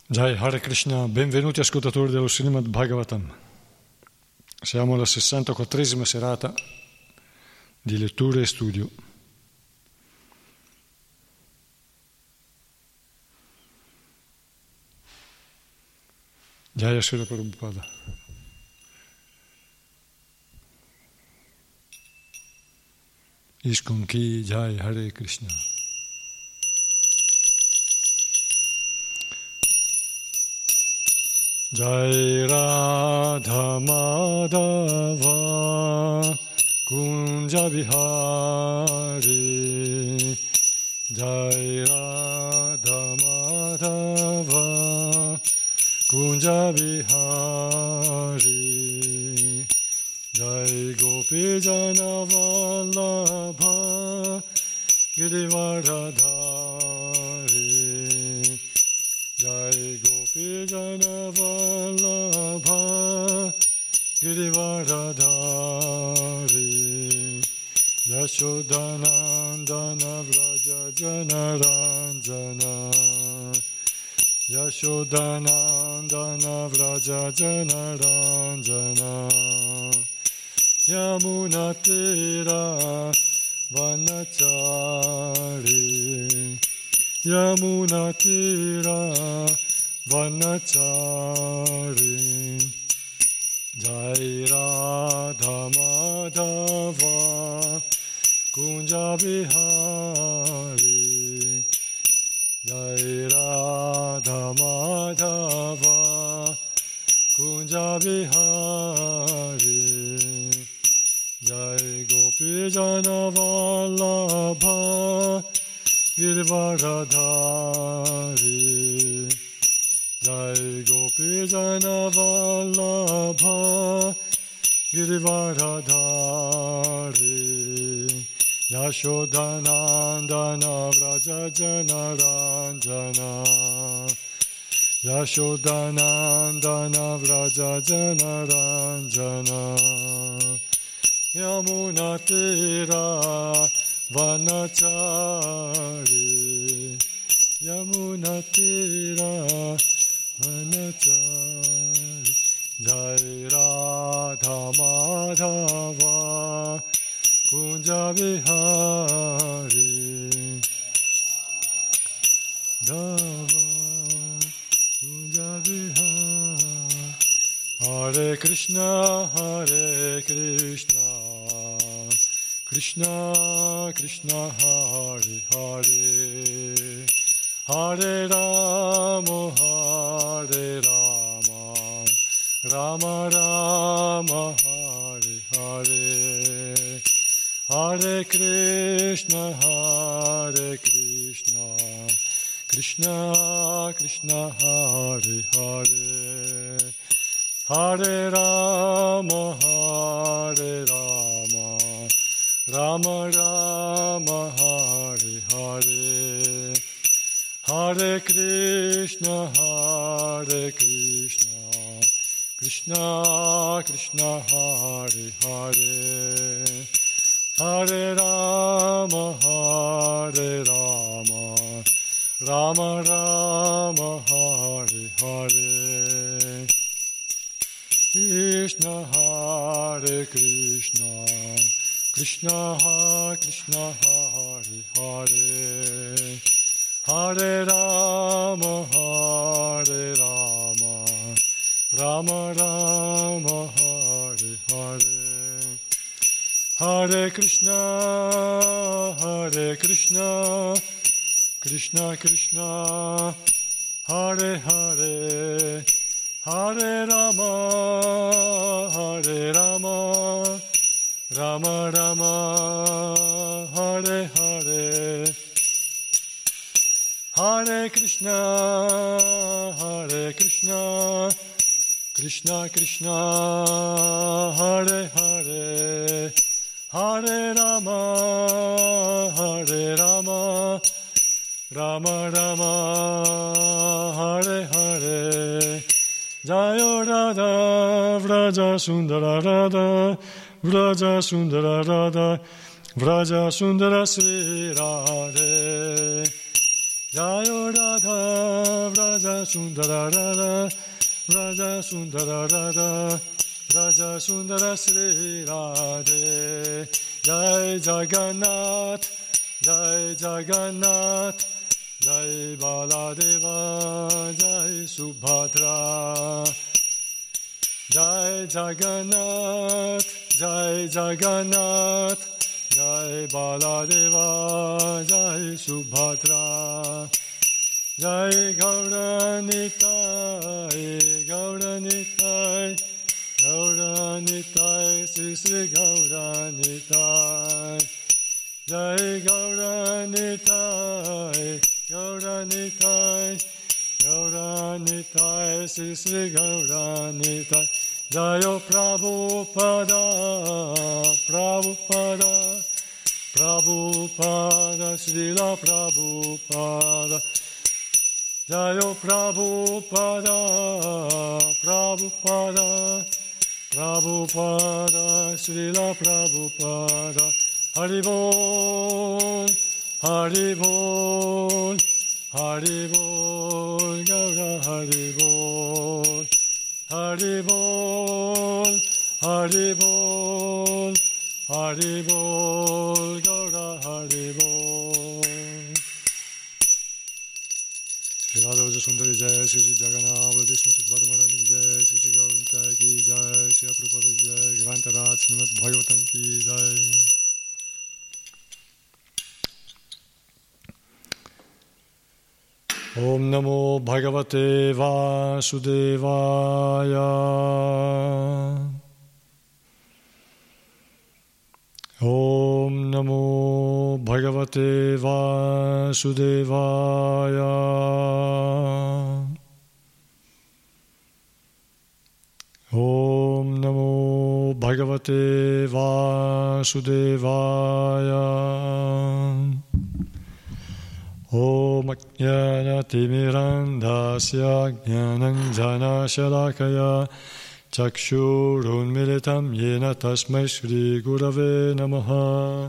Jai Hare Krishna, benvenuti ascoltatori dello Srimad Bhagavatam. Siamo alla 64esima serata di lettura e studio. Jai Srila Prabhupada. ISKCON Ki Jai Hare Krishna. Jai Radha Madhava Kunja Vihari. Jai Radha Madhava Kunja Vihari. Jai Gopi Jana Vallabha Girivaradhari. Jai Gopi Jana Vallabha Girivaradhari. Yashodanandana Vraja Janaranjana. Yashodanandana Vraja Janaranjana. Yamunatira Vanachari. Yamunatira Vanachari. Jai Radha Madhava Kunja Vihari. Jai Radha Madhava Kunja Vihari. Jai Gopi Jana Vallabha Girivaradhari. Jai Gopi Jana Vallabha Girivaradhari. Yashodanandana Vraja Janaranjana. Yashodanandana Vraja Janaranjana. Yamunatira Vanachari. Yamunatira Vanachari. Jai Radha Madhava Kunja Vihari. Dava Kunja Vihari. Hare Krishna, Hare Krishna, Krishna Krishna, Hare Hare, Hare Rama, Hare Rama, Rama Rama, Hare Hare, Hare Krishna, Krishna Krishna, Hare Hare, Hare Rama, Rama Rama, Hare Hare, Hare Krishna, Krishna Krishna, Hare Hare, Hare Rama, Rama Rama, Hare Hare. Krishna Hare Krishna, Krishna Krishna, Hare Hare, Hare Rama, Rama Rama, Hare Hare, Hare Krishna, Krishna Krishna, Hare Hare, Hare Rama, Rama Rama, Hare Hare, Hare Krishna, Krishna Krishna, Hare Hare, Hare Rama, Rama Rama, Hare Hare. Jayo Radha Vraja Sundara Radha, Vraja Sundara Radha, Vraja Sundara Sri Radhe. Jayo Radha Vraja Sundara Radha Vraja Sundara Radha Vraja Sundara Sri Radhe Jai Jagannath Jai Jagannath Jai Baladeva Jai Subhadra Jai Jagannath Jai Jagannath Jai Baladeva Jai Subhadra Jai Gauranitai Gauranitai Gauranitai Sri Sri Gauranitai Jai Gauranitai Gauranitai Gauranitai Sri Sri Gauranitai Jayo Prabhupada Prabhupada Prabhupada Srila Prabhupada Jayo Prabhupada Prabhupada Prabhupada Srila Prabhupada Haribol Haribol Haribol Gaura Haribol Haribol Haribol Haribol Gaura Haribol Shri Radha Vraja Sundari Jai Shri Jagannath Baladev Smriti Subhadra Jai Shri Gaura Ki Jai Shri Prabhupada Jai Grantaraj Srimad Bhagavatam Ki Jai. Om Namo Bhagavate Vasudevaya. Om Namo Bhagavate Vasudevaya. Om Namo Bhagavate Vasudevaya. Om Jnana Timirandasya Jnananjana Shalakaya Chakshurunmilitam Yena Tasmai Shri Gurave Namaha.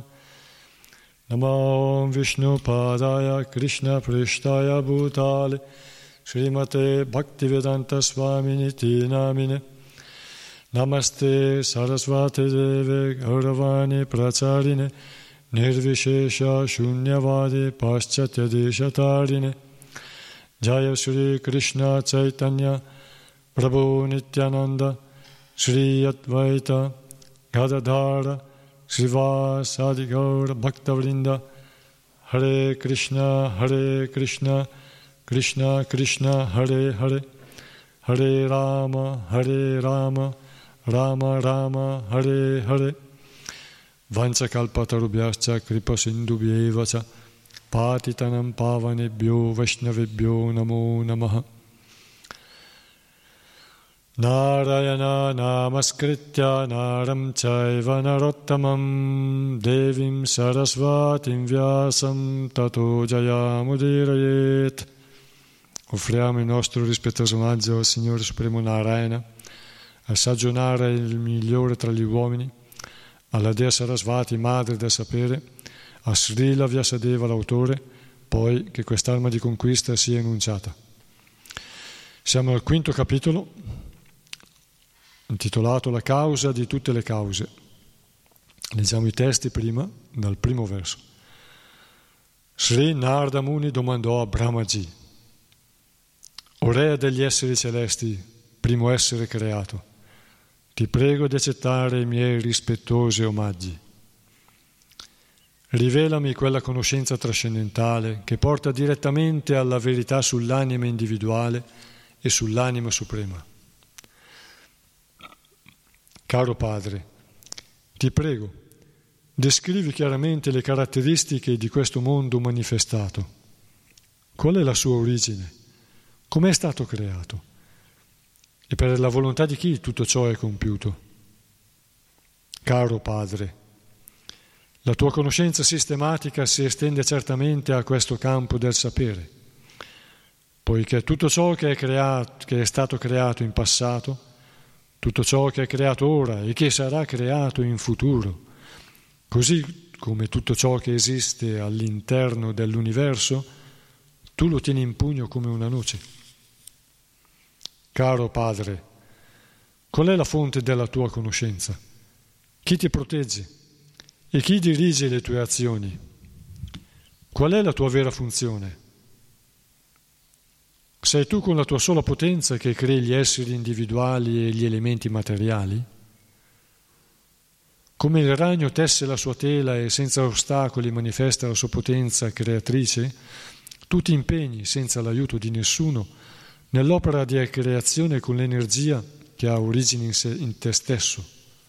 Namo Vishnu Padaya Krishna Prishtaya Bhutale Srimate Bhaktivedanta Swaminiti Namine. Namaste Sarasvati Deve Gauravani Pracharine Nirvishesha Shunyavadi Paschatya Deshatarine. Jaya Shri Krishna Chaitanya Prabhu Nityananda Shri Advaita Gadadhara Srivasadi Gaura Bhaktavrinda. Hare Krishna Krishna Krishna Hare Hare Hare Rama Rama Rama Hare Hare. Vanchakalpatarubhyascha kripasindubhyevacha patitanam pavanebhyo vaishnavebhyo namo namaha. Narayana namaskritya naram chaiva narottamam devim sarasvatim vyasam tato jayamudirayet. Offriamo il nostro rispettoso omaggio al Signore Supremo Narayana, al saggio Nara, il migliore tra gli uomini, alla Dea Sarasvati, madre del sapere, a Srila Vyasadeva, l'autore, poi che quest'arma di conquista sia enunciata. Siamo al quinto capitolo, intitolato La causa di tutte le cause. Leggiamo i testi prima, dal primo verso. Sri Narada Muni domandò a Brahmaji: O re degli esseri celesti, primo essere creato, ti prego di accettare i miei rispettosi omaggi. Rivelami quella conoscenza trascendentale che porta direttamente alla verità sull'anima individuale e sull'anima suprema. Caro Padre, ti prego, descrivi chiaramente le caratteristiche di questo mondo manifestato. Qual è la sua origine? Come è stato creato? E per la volontà di chi tutto ciò è compiuto? Caro Padre, la tua conoscenza sistematica si estende certamente a questo campo del sapere, poiché tutto ciò che è stato creato in passato, tutto ciò che è creato ora e che sarà creato in futuro, così come tutto ciò che esiste all'interno dell'universo, tu lo tieni in pugno come una noce. Caro Padre, qual è la fonte della tua conoscenza? Chi ti protegge e chi dirige le tue azioni? Qual è la tua vera funzione? Sei tu con la tua sola potenza che crei gli esseri individuali e gli elementi materiali? Come il ragno tesse la sua tela e senza ostacoli manifesta la sua potenza creatrice, tu ti impegni senza l'aiuto di nessuno nell'opera di creazione con l'energia che ha origine in te stesso.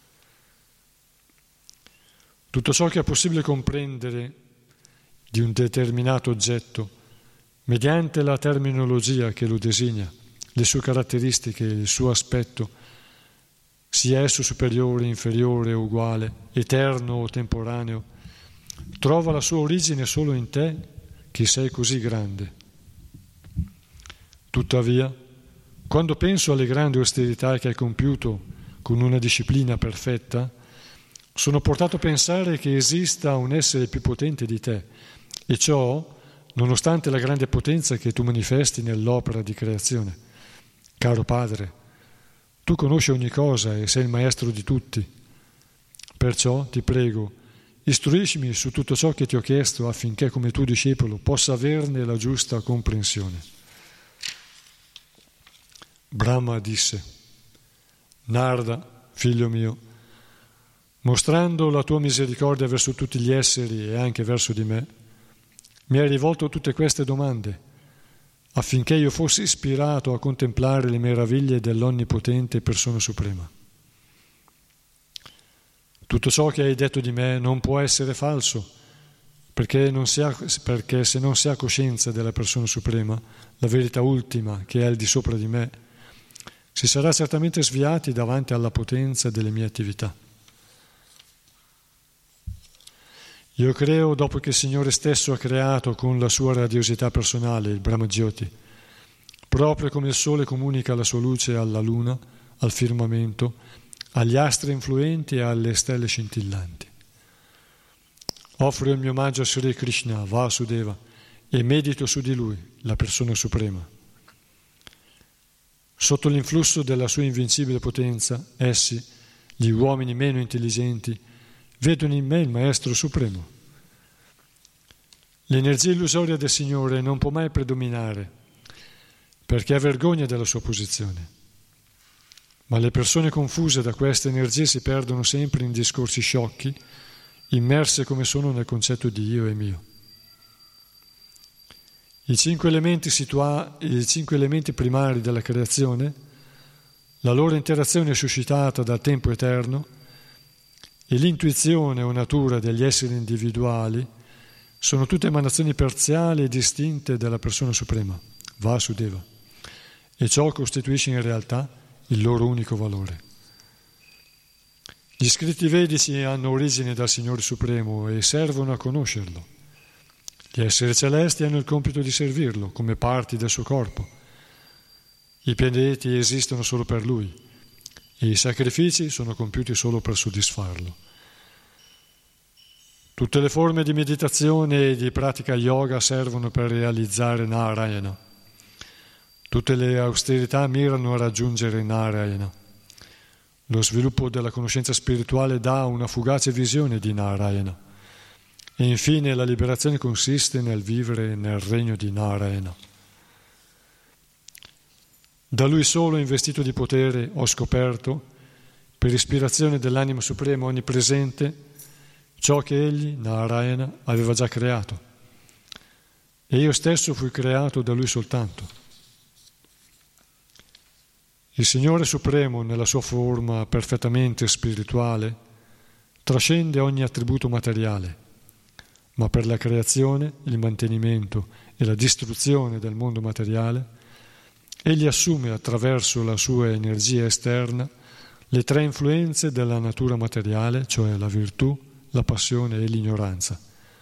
Tutto ciò che è possibile comprendere di un determinato oggetto mediante la terminologia che lo designa, le sue caratteristiche, il suo aspetto, sia esso superiore, inferiore, uguale, eterno o temporaneo, trova la sua origine solo in te, che sei così grande. Tuttavia, quando penso alle grandi austerità che hai compiuto con una disciplina perfetta, sono portato a pensare che esista un essere più potente di te, e ciò nonostante la grande potenza che tu manifesti nell'opera di creazione. Caro Padre, tu conosci ogni cosa e sei il maestro di tutti. Perciò ti prego, istruiscimi su tutto ciò che ti ho chiesto affinché come tuo discepolo possa averne la giusta comprensione. Brahma disse: Narada, figlio mio, mostrando la tua misericordia verso tutti gli esseri e anche verso di me, mi hai rivolto tutte queste domande affinché io fossi ispirato a contemplare le meraviglie dell'onnipotente Persona Suprema. Tutto ciò che hai detto di me non può essere falso, perché se non si ha coscienza della Persona Suprema, la verità ultima che è al di sopra di me, si sarà certamente sviati davanti alla potenza delle mie attività. Io creo dopo che il Signore stesso ha creato con la sua radiosità personale il Brahma Jyoti, proprio come il Sole comunica la sua luce alla Luna, al firmamento, agli astri influenti e alle stelle scintillanti. Offro il mio omaggio a Sri Krishna, Vasudeva, e medito su di Lui, la Persona Suprema. Sotto l'influsso della sua invincibile potenza, essi, gli uomini meno intelligenti, vedono in me il Maestro Supremo. L'energia illusoria del Signore non può mai predominare, perché ha vergogna della sua posizione. Ma le persone confuse da queste energie si perdono sempre in discorsi sciocchi, immerse come sono nel concetto di io e mio. I cinque elementi primari della creazione, la loro interazione suscitata dal tempo eterno, e l'intuizione o natura degli esseri individuali sono tutte emanazioni parziali e distinte della Persona Suprema, Vasudeva, e ciò costituisce in realtà il loro unico valore. Gli scritti vedici hanno origine dal Signore Supremo e servono a conoscerlo. Gli esseri celesti hanno il compito di servirlo come parti del suo corpo. I pianeti esistono solo per Lui e i sacrifici sono compiuti solo per soddisfarlo. Tutte le forme di meditazione e di pratica yoga servono per realizzare Narayana. Tutte le austerità mirano a raggiungere Narayana. Lo sviluppo della conoscenza spirituale dà una fugace visione di Narayana. E infine la liberazione consiste nel vivere nel regno di Narayana. Da Lui solo, investito di potere, ho scoperto, per ispirazione dell'anima suprema onnipresente, ciò che Egli, Narayana, aveva già creato. E io stesso fui creato da Lui soltanto. Il Signore Supremo, nella sua forma perfettamente spirituale, trascende ogni attributo materiale, ma per la creazione, il mantenimento e la distruzione del mondo materiale, Egli assume attraverso la sua energia esterna le tre influenze della natura materiale, cioè la virtù, la passione e l'ignoranza.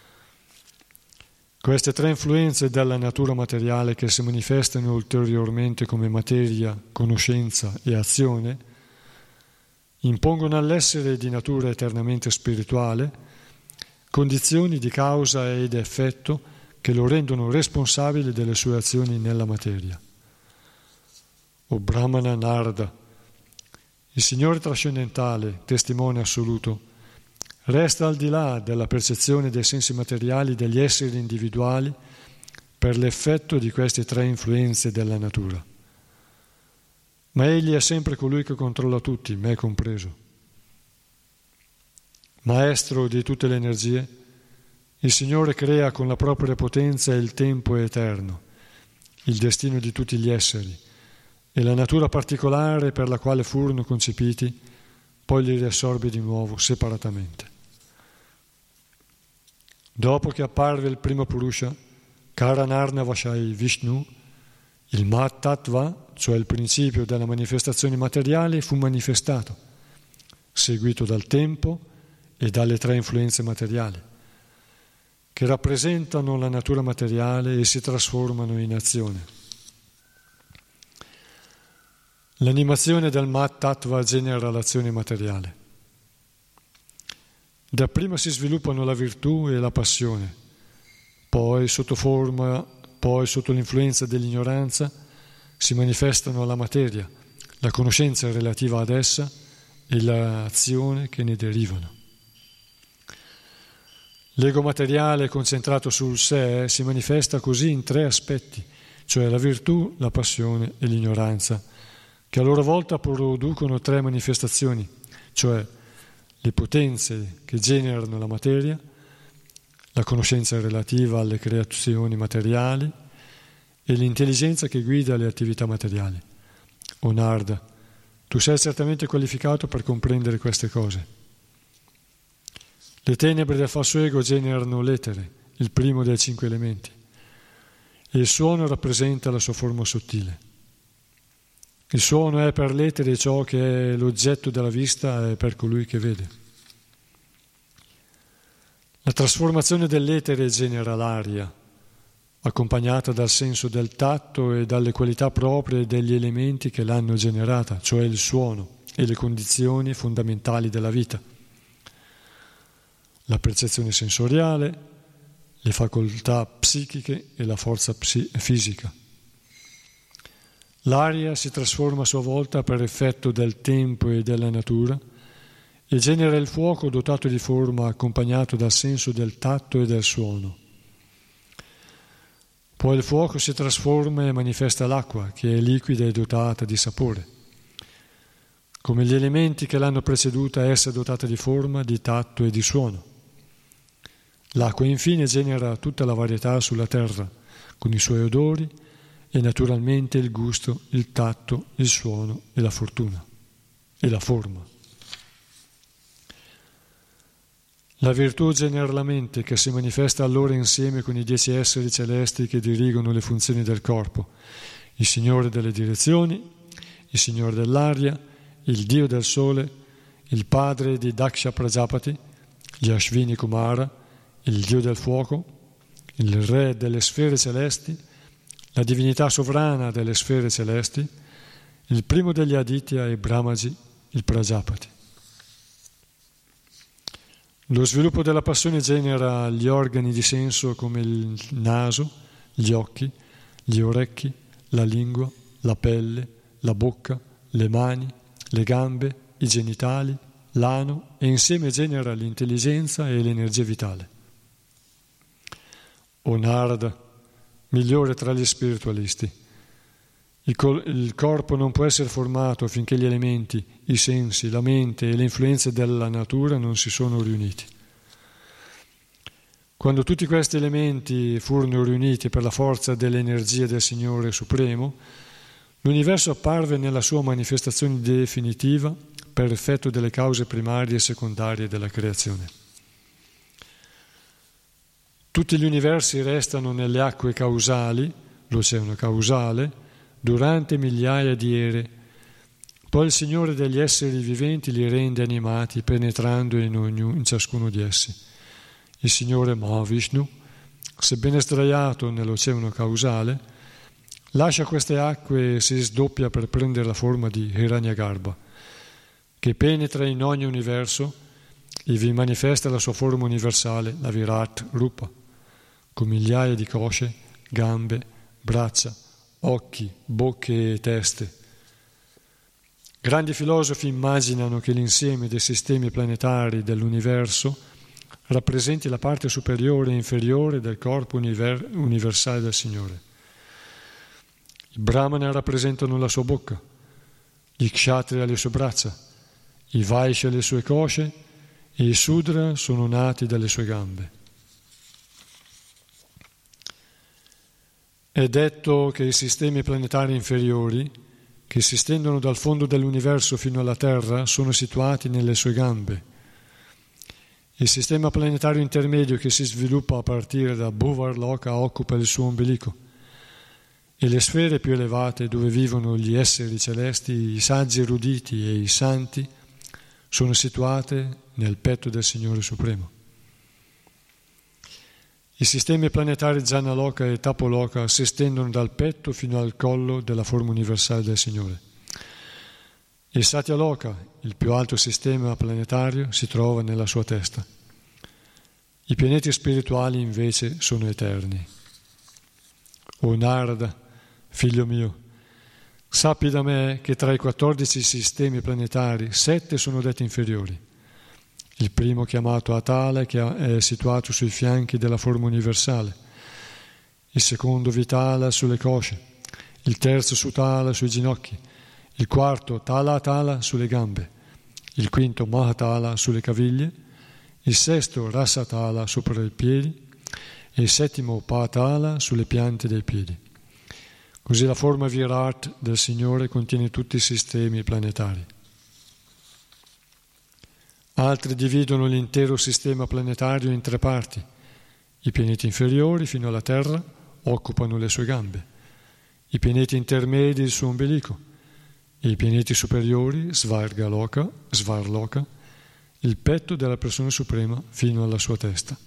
Queste tre influenze della natura materiale che si manifestano ulteriormente come materia, conoscenza e azione, impongono all'essere di natura eternamente spirituale condizioni di causa ed effetto che lo rendono responsabile delle sue azioni nella materia. O Brahmana Narada, il Signore trascendentale, testimone assoluto, resta al di là della percezione dei sensi materiali degli esseri individuali per l'effetto di queste tre influenze della natura. Ma egli è sempre colui che controlla tutti, me compreso. Maestro di tutte le energie, il Signore crea con la propria potenza il tempo eterno, il destino di tutti gli esseri e la natura particolare per la quale furono concepiti, poi li riassorbe di nuovo separatamente. Dopo che apparve il primo Purusha, Karanarnavashai Vishnu, il Mat Tattva, cioè il principio della manifestazione materiale, fu manifestato, seguito dal tempo e dalle tre influenze materiali, che rappresentano la natura materiale e si trasformano in azione. L'animazione del Mat Tattva genera l'azione materiale. Dapprima si sviluppano la virtù e la passione, poi sotto l'influenza dell'ignoranza si manifestano la materia, la conoscenza relativa ad essa e l'azione che ne derivano. L'ego materiale concentrato sul sé si manifesta così in tre aspetti, cioè la virtù, la passione e l'ignoranza, che a loro volta producono tre manifestazioni, cioè le potenze che generano la materia, la conoscenza relativa alle creazioni materiali e l'intelligenza che guida le attività materiali. O Narada, tu sei certamente qualificato per comprendere queste cose. Le tenebre del falso ego generano l'etere, il primo dei 5 elementi, e il suono rappresenta la sua forma sottile. Il suono è per l'etere ciò che è l'oggetto della vista e per colui che vede. La trasformazione dell'etere genera l'aria, accompagnata dal senso del tatto e dalle qualità proprie degli elementi che l'hanno generata, cioè il suono e le condizioni fondamentali della vita. La percezione sensoriale, le facoltà psichiche e la forza fisica. L'aria si trasforma a sua volta per effetto del tempo e della natura e genera il fuoco dotato di forma accompagnato dal senso del tatto e del suono. Poi il fuoco si trasforma e manifesta l'acqua, che è liquida e dotata di sapore. Come gli elementi che l'hanno preceduta, essa è dotata di forma, di tatto e di suono. L'acqua infine genera tutta la varietà sulla terra, con i suoi odori e naturalmente il gusto, il tatto, il suono e la fortuna e la forma. La virtù genera la mente, che si manifesta allora insieme con i 10 esseri celesti che dirigono le funzioni del corpo, il Signore delle direzioni, il Signore dell'aria, il Dio del Sole, il padre di Daksha Prajapati, gli Ashvini Kumara, il Dio del fuoco, il Re delle sfere celesti, la divinità sovrana delle sfere celesti, il primo degli Aditya e Brahmaji, il Prajapati. Lo sviluppo della passione genera gli organi di senso come il naso, gli occhi, gli orecchi, la lingua, la pelle, la bocca, le mani, le gambe, i genitali, l'ano e insieme genera l'intelligenza e l'energia vitale. O Narada, migliore tra gli spiritualisti, il corpo non può essere formato finché gli elementi, i sensi, la mente e le influenze della natura non si sono riuniti. Quando tutti questi elementi furono riuniti per la forza dell'energia del Signore Supremo, l'universo apparve nella sua manifestazione definitiva per effetto delle cause primarie e secondarie della creazione. Tutti gli universi restano nelle acque causali, l'oceano causale, durante migliaia di ere. Poi il Signore degli esseri viventi li rende animati, penetrando in ciascuno di essi. Il Signore Mahavishnu, sebbene sdraiato nell'oceano causale, lascia queste acque e si sdoppia per prendere la forma di Hiranyagarbha, che penetra in ogni universo e vi manifesta la sua forma universale, la Virat Rupa, con migliaia di cosce, gambe, braccia, occhi, bocche e teste. Grandi filosofi immaginano che l'insieme dei sistemi planetari dell'universo rappresenti la parte superiore e inferiore del corpo universale del Signore. I Brahmana rappresentano la sua bocca, gli Kshatriya le sue braccia, i Vaishya le sue cosce e i Sudra sono nati dalle sue gambe. È detto che i sistemi planetari inferiori, che si estendono dal fondo dell'universo fino alla Terra, sono situati nelle sue gambe. Il sistema planetario intermedio che si sviluppa a partire da Bhuvarloka occupa il suo ombelico e le sfere più elevate dove vivono gli esseri celesti, i saggi eruditi e i santi, sono situate nel petto del Signore Supremo. I sistemi planetari Janaloka e Tapoloka si estendono dal petto fino al collo della forma universale del Signore. Il Satyaloka, il più alto sistema planetario, si trova nella sua testa. I pianeti spirituali invece sono eterni. O Narada, figlio mio, sappi da me che tra i 14 sistemi planetari 7 sono detti inferiori. Il primo, chiamato Atala, che è situato sui fianchi della forma universale. Il secondo, Vitala, sulle cosce. Il terzo, Sutala, sui ginocchi. Il quarto, Tala sulle gambe. Il quinto, Mahatala, sulle caviglie. Il sesto, Rasatala, sopra i piedi. E il settimo, Patala, sulle piante dei piedi. Così la forma Virat del Signore contiene tutti i sistemi planetari. Altri dividono l'intero sistema planetario in 3 parti. I pianeti inferiori, fino alla Terra, occupano le sue gambe. I pianeti intermedi, il suo ombelico. E i pianeti superiori, Svarloka, il petto della persona suprema fino alla sua testa.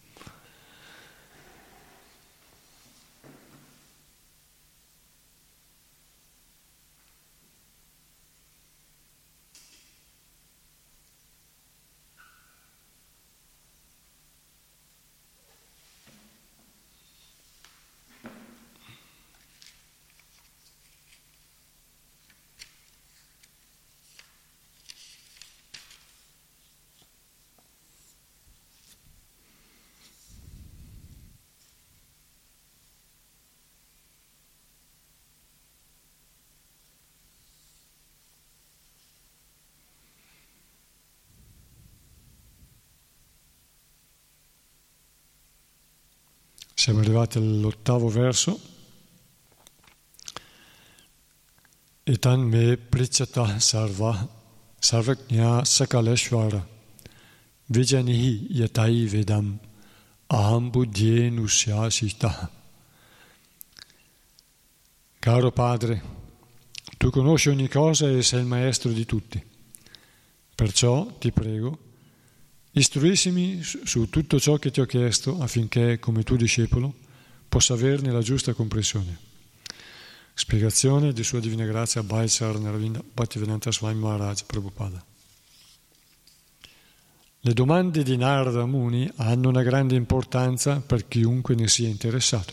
Siamo arrivati all'8° verso. Etan me prichata sarvagnya sakaleshvara vijanihi yatai vedam aham buddhyenu syasita. Caro Padre, tu conosci ogni cosa e sei il maestro di tutti. Perciò ti prego, istruiscimi su tutto ciò che ti ho chiesto affinché, come tuo discepolo, possa averne la giusta comprensione. Spiegazione di Sua Divina Grazia Bhai Sarnaravinda Bhaktivedanta Swami Maharaj Prabhupada. Le domande di Narada Muni hanno una grande importanza per chiunque ne sia interessato.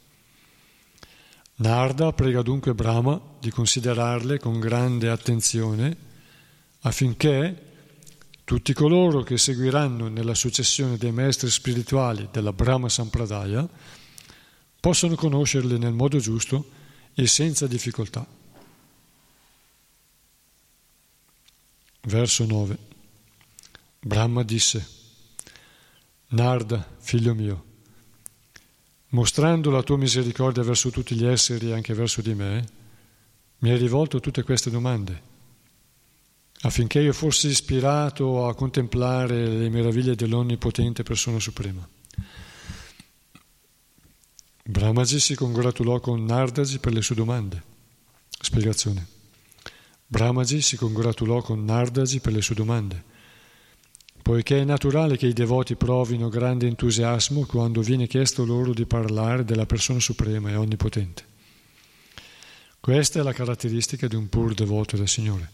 Narada prega dunque Brahma di considerarle con grande attenzione affinché tutti coloro che seguiranno nella successione dei maestri spirituali della Brahma Sampradaya possano conoscerle nel modo giusto e senza difficoltà. Verso 9. Brahma disse: Narada, figlio mio, mostrando la tua misericordia verso tutti gli esseri e anche verso di me, mi hai rivolto tutte queste domande affinché io fossi ispirato a contemplare le meraviglie dell'onnipotente persona suprema. Brahmaji si congratulò con Naradaji per le sue domande. Spiegazione. Brahmaji si congratulò con Naradaji per le sue domande, poiché è naturale che i devoti provino grande entusiasmo quando viene chiesto loro di parlare della persona suprema e onnipotente. Questa è la caratteristica di un pur devoto del Signore.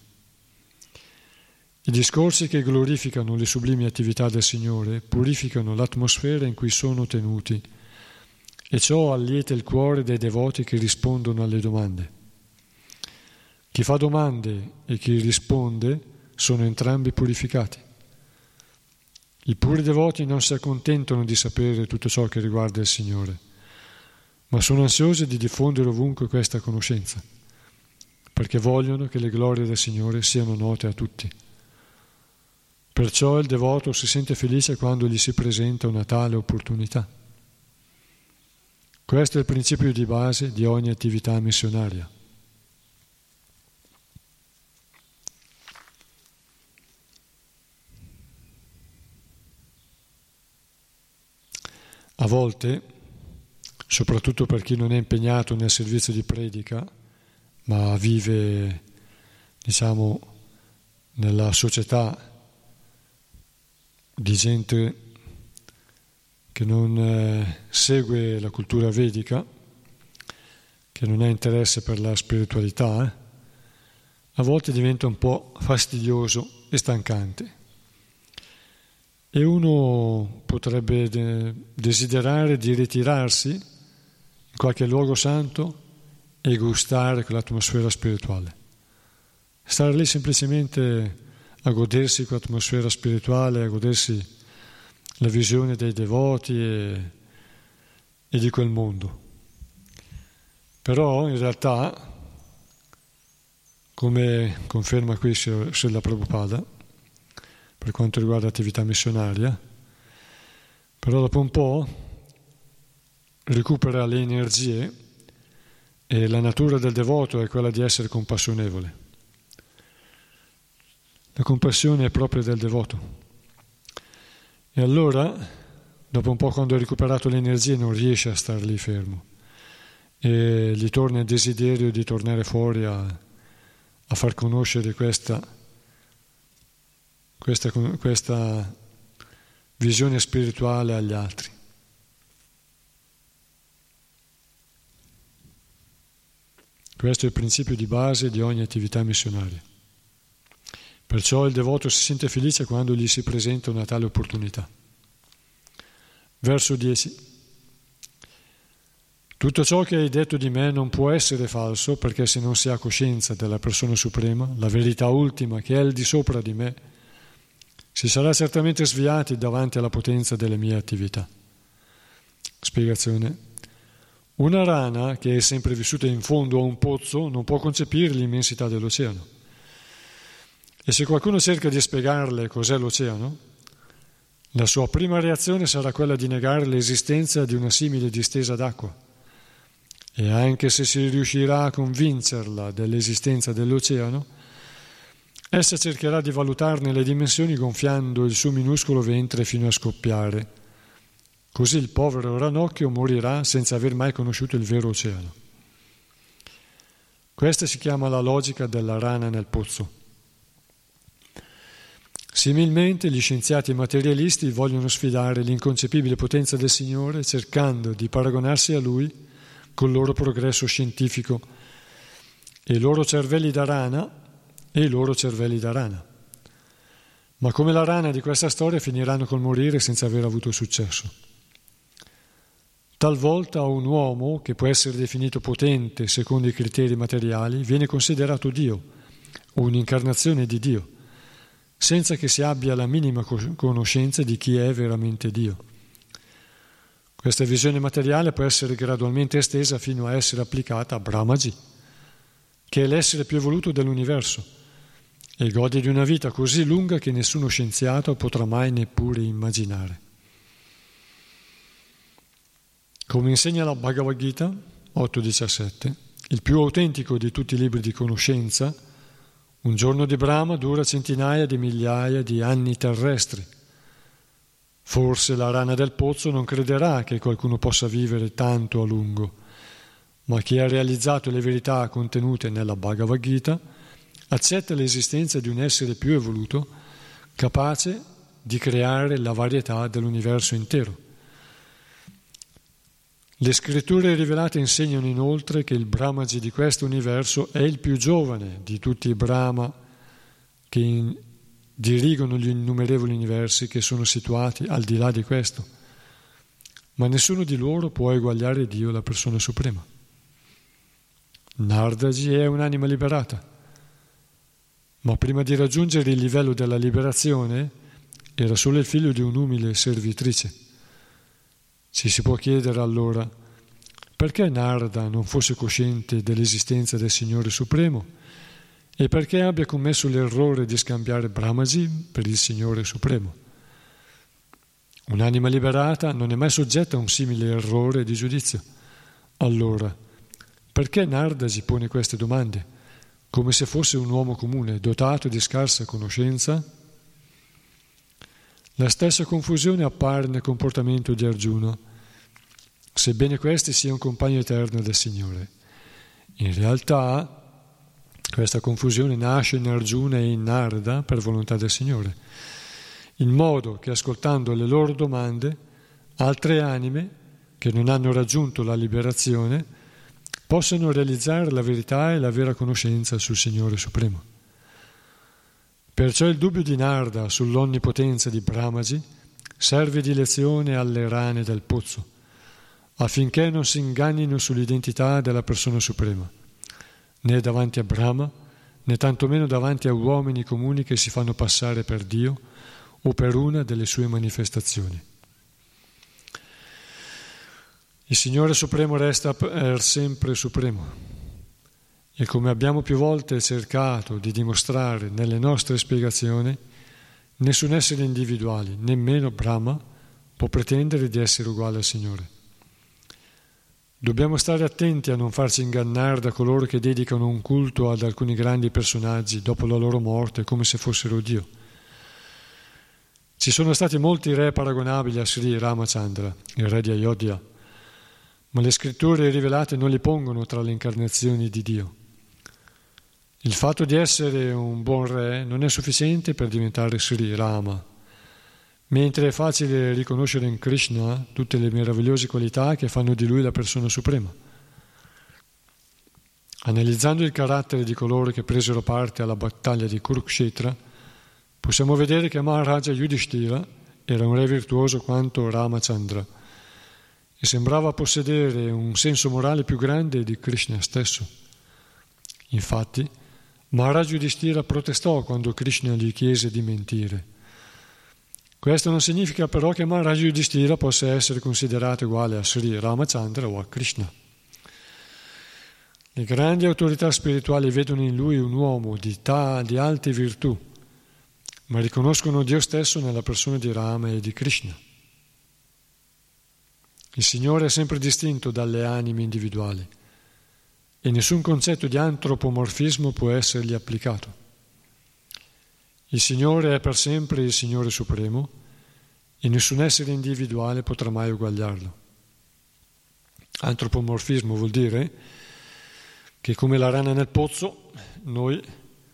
I discorsi che glorificano le sublimi attività del Signore purificano l'atmosfera in cui sono tenuti e ciò allieta il cuore dei devoti che rispondono alle domande. Chi fa domande e chi risponde sono entrambi purificati. I puri devoti non si accontentano di sapere tutto ciò che riguarda il Signore, ma sono ansiosi di diffondere ovunque questa conoscenza, perché vogliono che le glorie del Signore siano note a tutti. Perciò il devoto si sente felice quando gli si presenta una tale opportunità. Questo è il principio di base di ogni attività missionaria. A volte, soprattutto per chi non è impegnato nel servizio di predica, ma vive, nella società di gente che non segue la cultura vedica, che non ha interesse per la spiritualità, a volte diventa un po' fastidioso e stancante. E uno potrebbe desiderare di ritirarsi in qualche luogo santo e gustare quell'atmosfera spirituale. Stare lì semplicemente a godersi quell'atmosfera spirituale, a godersi la visione dei devoti e di quel mondo. Però in realtà, come conferma qui Srila Prabhupada, per quanto riguarda l'attività missionaria, però dopo un po' recupera le energie e la natura del devoto è quella di essere compassionevole. La compassione è propria del devoto. E allora, dopo un po', quando ha recuperato le energie, non riesce a star lì fermo e gli torna il desiderio di tornare fuori a far conoscere questa visione spirituale agli altri. Questo è il principio di base di ogni attività missionaria. Perciò il devoto si sente felice quando gli si presenta una tale opportunità. Verso 10. Tutto ciò che hai detto di me non può essere falso, perché se non si ha coscienza della persona suprema, la verità ultima che è al di sopra di me, si sarà certamente sviati davanti alla potenza delle mie attività. Spiegazione. Una rana che è sempre vissuta in fondo a un pozzo non può concepire l'immensità dell'oceano. E se qualcuno cerca di spiegarle cos'è l'oceano, la sua prima reazione sarà quella di negare l'esistenza di una simile distesa d'acqua. E anche se si riuscirà a convincerla dell'esistenza dell'oceano, essa cercherà di valutarne le dimensioni gonfiando il suo minuscolo ventre fino a scoppiare. Così il povero ranocchio morirà senza aver mai conosciuto il vero oceano. Questa si chiama la logica della rana nel pozzo. Similmente, gli scienziati materialisti vogliono sfidare l'inconcepibile potenza del Signore cercando di paragonarsi a Lui col loro progresso scientifico e i loro cervelli da rana. Ma come la rana di questa storia finiranno col morire senza aver avuto successo. Talvolta un uomo, che può essere definito potente secondo i criteri materiali, viene considerato Dio o un'incarnazione di Dio, senza che si abbia la minima conoscenza di chi è veramente Dio. Questa visione materiale può essere gradualmente estesa fino a essere applicata a Brahmaji, che è l'essere più evoluto dell'universo, e gode di una vita così lunga che nessuno scienziato potrà mai neppure immaginare. Come insegna la Bhagavad Gita 8.17, il più autentico di tutti i libri di conoscenza, un giorno di Brahma dura centinaia di migliaia di anni terrestri. Forse la rana del pozzo non crederà che qualcuno possa vivere tanto a lungo, ma chi ha realizzato le verità contenute nella Bhagavad Gita accetta l'esistenza di un essere più evoluto, capace di creare la varietà dell'universo intero. Le scritture rivelate insegnano inoltre che il Brahmaji di questo universo è il più giovane di tutti i Brahma che dirigono gli innumerevoli universi che sono situati al di là di questo. ma nessuno di loro può eguagliare Dio, la persona suprema. Nardaji è un'anima liberata, ma prima di raggiungere il livello della liberazione era solo il figlio di un'umile servitrice. Ci si può chiedere allora perché Narada non fosse cosciente dell'esistenza del Signore Supremo e perché abbia commesso l'errore di scambiare Brahmaji per il Signore Supremo. Un'anima liberata non è mai soggetta a un simile errore di giudizio. Allora, perché Narada si pone queste domande, come se fosse un uomo comune, dotato di scarsa conoscenza? La stessa confusione appare nel comportamento di Arjuna, sebbene questi sia un compagno eterno del Signore. In realtà, questa confusione nasce in Arjuna e in Narada per volontà del Signore, in modo che ascoltando le loro domande, altre anime che non hanno raggiunto la liberazione possano realizzare la verità e la vera conoscenza sul Signore Supremo. Perciò il dubbio di Narada sull'onnipotenza di Brahmaji serve di lezione alle rane del pozzo, affinché non si ingannino sull'identità della persona suprema, né davanti a Brahma, né tantomeno davanti a uomini comuni che si fanno passare per Dio o per una delle sue manifestazioni. Il Signore Supremo resta per sempre supremo e, come abbiamo più volte cercato di dimostrare nelle nostre spiegazioni, nessun essere individuale, nemmeno Brahma, può pretendere di essere uguale al Signore. Dobbiamo stare attenti a non farci ingannare da coloro che dedicano un culto ad alcuni grandi personaggi dopo la loro morte come se fossero Dio. Ci sono stati molti re paragonabili a Sri Ramachandra, il re di Ayodhya, ma le scritture rivelate non li pongono tra le incarnazioni di Dio. Il fatto di essere un buon re non è sufficiente per diventare Sri Rama, mentre è facile riconoscere in Krishna tutte le meravigliose qualità che fanno di lui la persona suprema. Analizzando il carattere di coloro che presero parte alla battaglia di Kurukshetra, possiamo vedere che Maharaja Yudhishthira era un re virtuoso quanto Ramachandra e sembrava possedere un senso morale più grande di Krishna stesso. Infatti, Maharaja Yudhishthira protestò quando Krishna gli chiese di mentire. Questo non significa però che Maharaja Yudhishthira possa essere considerato uguale a Sri Ramachandra o a Krishna. Le grandi autorità spirituali vedono in lui un uomo di alte virtù, ma riconoscono Dio stesso nella persona di Rama e di Krishna. Il Signore è sempre distinto dalle anime individuali e nessun concetto di antropomorfismo può essergli applicato. Il Signore è per sempre il Signore Supremo e nessun essere individuale potrà mai uguagliarlo. Antropomorfismo vuol dire che, come la rana nel pozzo, noi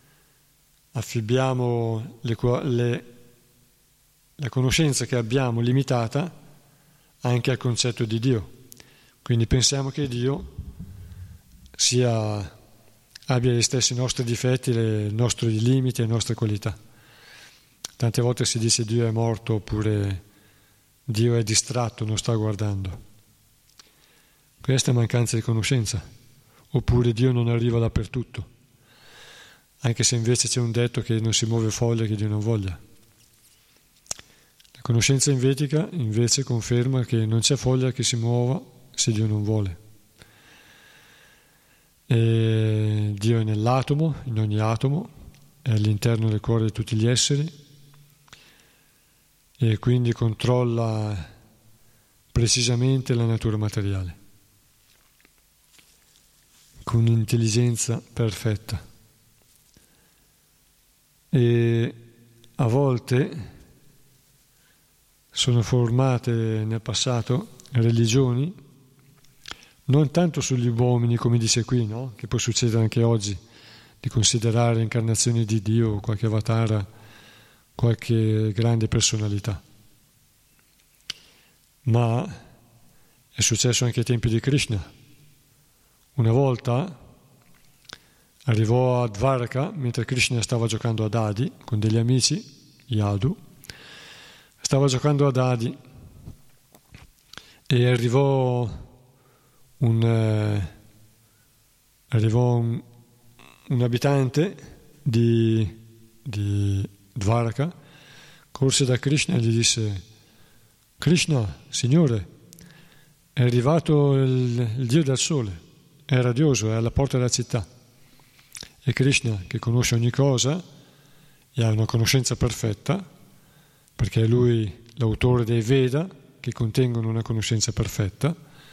affibbiamo la conoscenza che abbiamo limitata anche al concetto di Dio. Quindi pensiamo che Dio abbia gli stessi nostri difetti, i nostri limiti e le nostre qualità. Tante volte si dice Dio è morto oppure Dio è distratto, non sta guardando. Questa è mancanza di conoscenza. Oppure Dio non arriva dappertutto, anche se invece c'è un detto che non si muove foglia che Dio non voglia. La conoscenza in Vedica invece conferma che non c'è foglia che si muova se Dio non vuole. E Dio è nell'atomo, in ogni atomo, è all'interno del cuore di tutti gli esseri e quindi controlla precisamente la natura materiale con un'intelligenza perfetta. E a volte sono formate nel passato religioni non tanto sugli uomini, come dice qui, no? Che può succedere anche oggi, di considerare incarnazioni di Dio o qualche avatara, qualche grande personalità. Ma è successo anche ai tempi di Krishna. Una volta arrivò a Dvaraka mentre Krishna stava giocando ad Adi con degli amici, Yadu, stava giocando ad Adi E arrivò un abitante di Dvaraka, corse da Krishna e gli disse: Krishna, Signore, è arrivato il Dio del Sole, è radioso, è alla porta della città. E Krishna, che conosce ogni cosa e ha una conoscenza perfetta, perché è lui l'autore dei Veda, che contengono una conoscenza perfetta,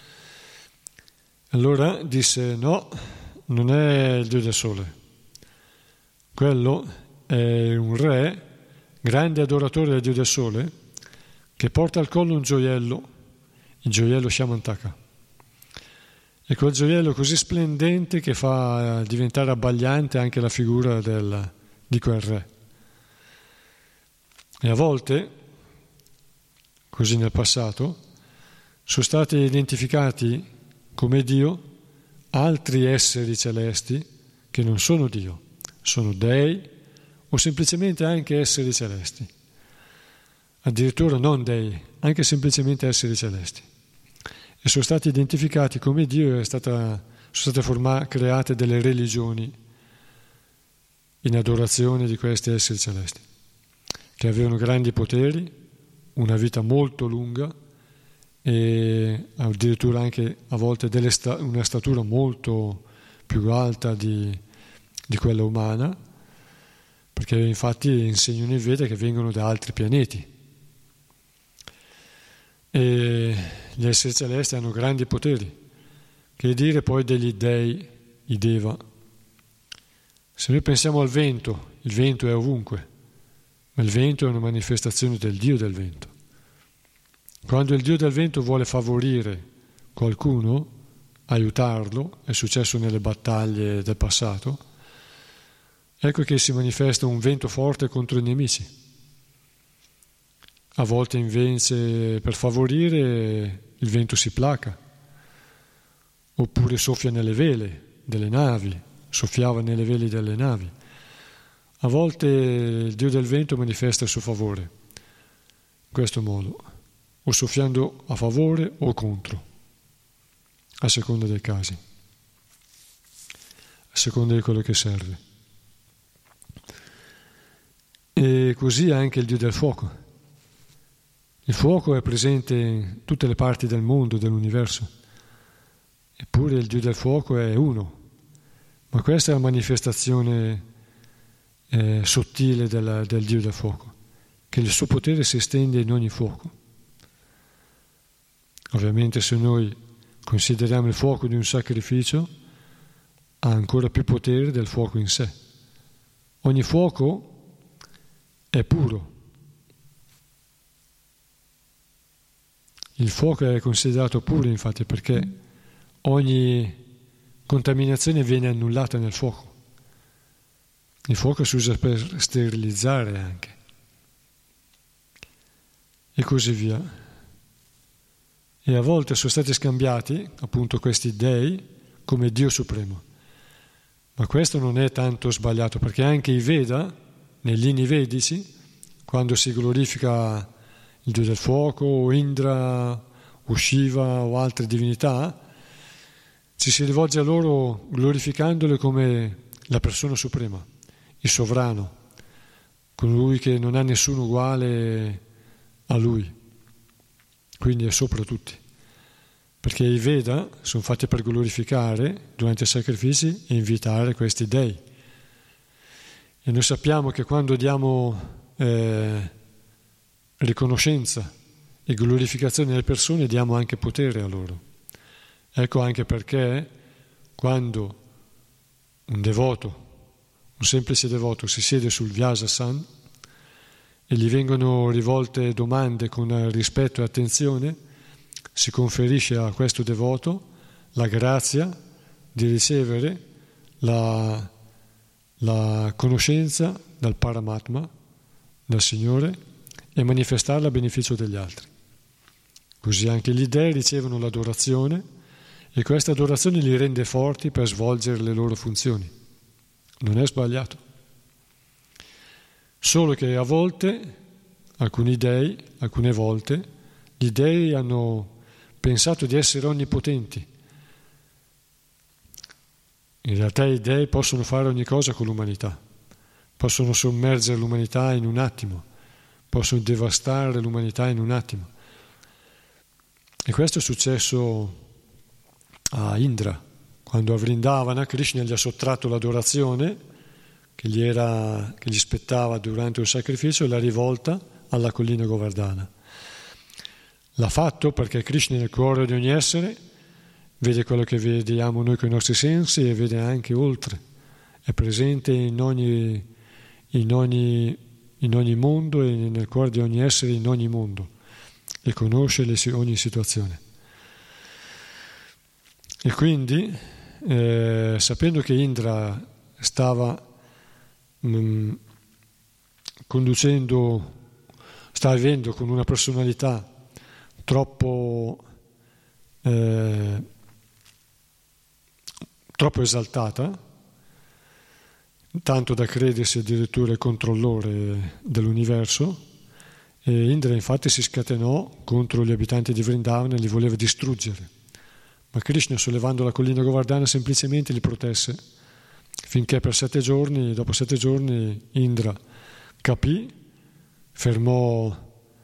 allora disse: no, non è il Dio del Sole, quello è un re, grande adoratore del Dio del Sole, che porta al collo un gioiello, il gioiello Shamantaka. E quel gioiello così splendente che fa diventare abbagliante anche la figura di quel re. E a volte, così nel passato, sono stati identificati come Dio altri esseri celesti che non sono Dio, sono dei o semplicemente anche esseri celesti. Addirittura non dei, anche semplicemente esseri celesti. E sono stati identificati come Dio e sono state create delle religioni in adorazione di questi esseri celesti, che avevano grandi poteri, una vita molto lunga e addirittura anche a volte una statura molto più alta di quella umana, perché infatti insegnano in Veda che vengono da altri pianeti. E gli esseri celesti hanno grandi poteri, che dire poi degli dei, i Deva. Se noi pensiamo al vento, il vento è ovunque, ma il vento è una manifestazione del Dio del vento. Quando il Dio del vento vuole favorire qualcuno, aiutarlo, è successo nelle battaglie del passato, ecco che si manifesta un vento forte contro i nemici. A volte invece per favorire il vento si placa, oppure soffia nelle vele delle navi, soffiava nelle vele delle navi. A volte il Dio del vento manifesta il suo favore in questo modo, o soffiando a favore o contro, a seconda dei casi, a seconda di quello che serve. E così anche il Dio del fuoco. Il fuoco è presente in tutte le parti del mondo, dell'universo, eppure il Dio del fuoco è uno, ma questa è la manifestazione sottile del Dio del fuoco, che il suo potere si estende in ogni fuoco. Ovviamente se noi consideriamo il fuoco di un sacrificio, ha ancora più potere del fuoco in sé. Ogni fuoco è puro. Il fuoco è considerato puro, infatti, perché ogni contaminazione viene annullata nel fuoco. Il fuoco si usa per sterilizzare anche. E così via. E a volte sono stati scambiati, appunto, questi dei come Dio Supremo. Ma questo non è tanto sbagliato, perché anche i Veda, nei linei vedici, quando si glorifica il Dio del fuoco, o Indra, o Shiva, o altre divinità, ci si rivolge a loro glorificandole come la persona suprema, il sovrano, colui che non ha nessuno uguale a lui, quindi è sopra tutti. Perché i Veda sono fatti per glorificare durante i sacrifici e invitare questi dei. E noi sappiamo che quando diamo riconoscenza e glorificazione alle persone, diamo anche potere a loro. Ecco anche perché quando un semplice devoto si siede sul Vyasasan e gli vengono rivolte domande con rispetto e attenzione, si conferisce a questo devoto la grazia di ricevere la conoscenza dal Paramatma, dal Signore, e manifestarla a beneficio degli altri. Così anche gli dei ricevono l'adorazione e questa adorazione li rende forti per svolgere le loro funzioni. Non è sbagliato. Solo che a volte, alcune volte, gli dei hanno pensato di essere onnipotenti. In realtà i dei possono fare ogni cosa con l'umanità, possono sommergere l'umanità in un attimo, possono devastare l'umanità in un attimo. E questo è successo a Indra, quando a Vrindavana Krishna gli ha sottratto l'adorazione che gli spettava durante un sacrificio e l'ha rivolta alla collina Govardhana. L'ha fatto perché Krishna nel cuore di ogni essere vede quello che vediamo noi con i nostri sensi e vede anche oltre, è presente in ogni mondo e nel cuore di ogni essere in ogni mondo e conosce ogni situazione. E quindi, sapendo che Indra stava vivendo con una personalità troppo esaltata, tanto da credersi addirittura il controllore dell'universo, e Indra infatti si scatenò contro gli abitanti di Vrindavana e li voleva distruggere. Ma Krishna, sollevando la collina Govardhana, semplicemente li protesse, finché dopo 7 giorni, Indra capì, fermò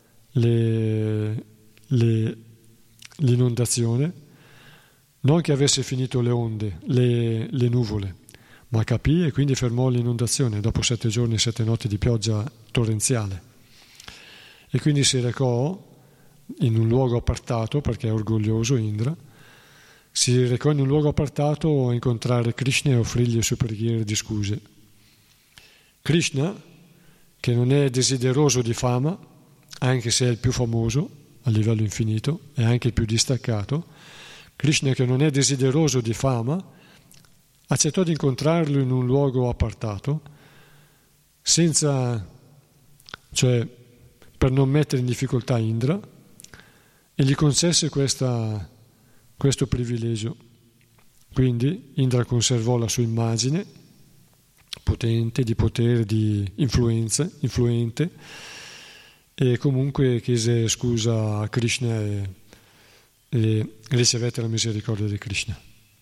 l'inondazione, non che avesse finito le onde, le nuvole, ma capì e quindi fermò l'inondazione dopo 7 giorni e 7 notti di pioggia torrenziale. E quindi si recò in un luogo appartato, perché è orgoglioso Indra, si recò in un luogo appartato a incontrare Krishna e offrirgli le sue preghiere di scuse. Krishna, che non è desideroso di fama, anche se è il più famoso a livello infinito, è anche il più distaccato, Krishna, che non è desideroso di fama, accettò di incontrarlo in un luogo appartato, per non mettere in difficoltà Indra, e gli concesse questo privilegio. Quindi Indra conservò la sua immagine potente, di potere, di influente, e comunque chiese scusa a Krishna e ricevette la misericordia di Krishna.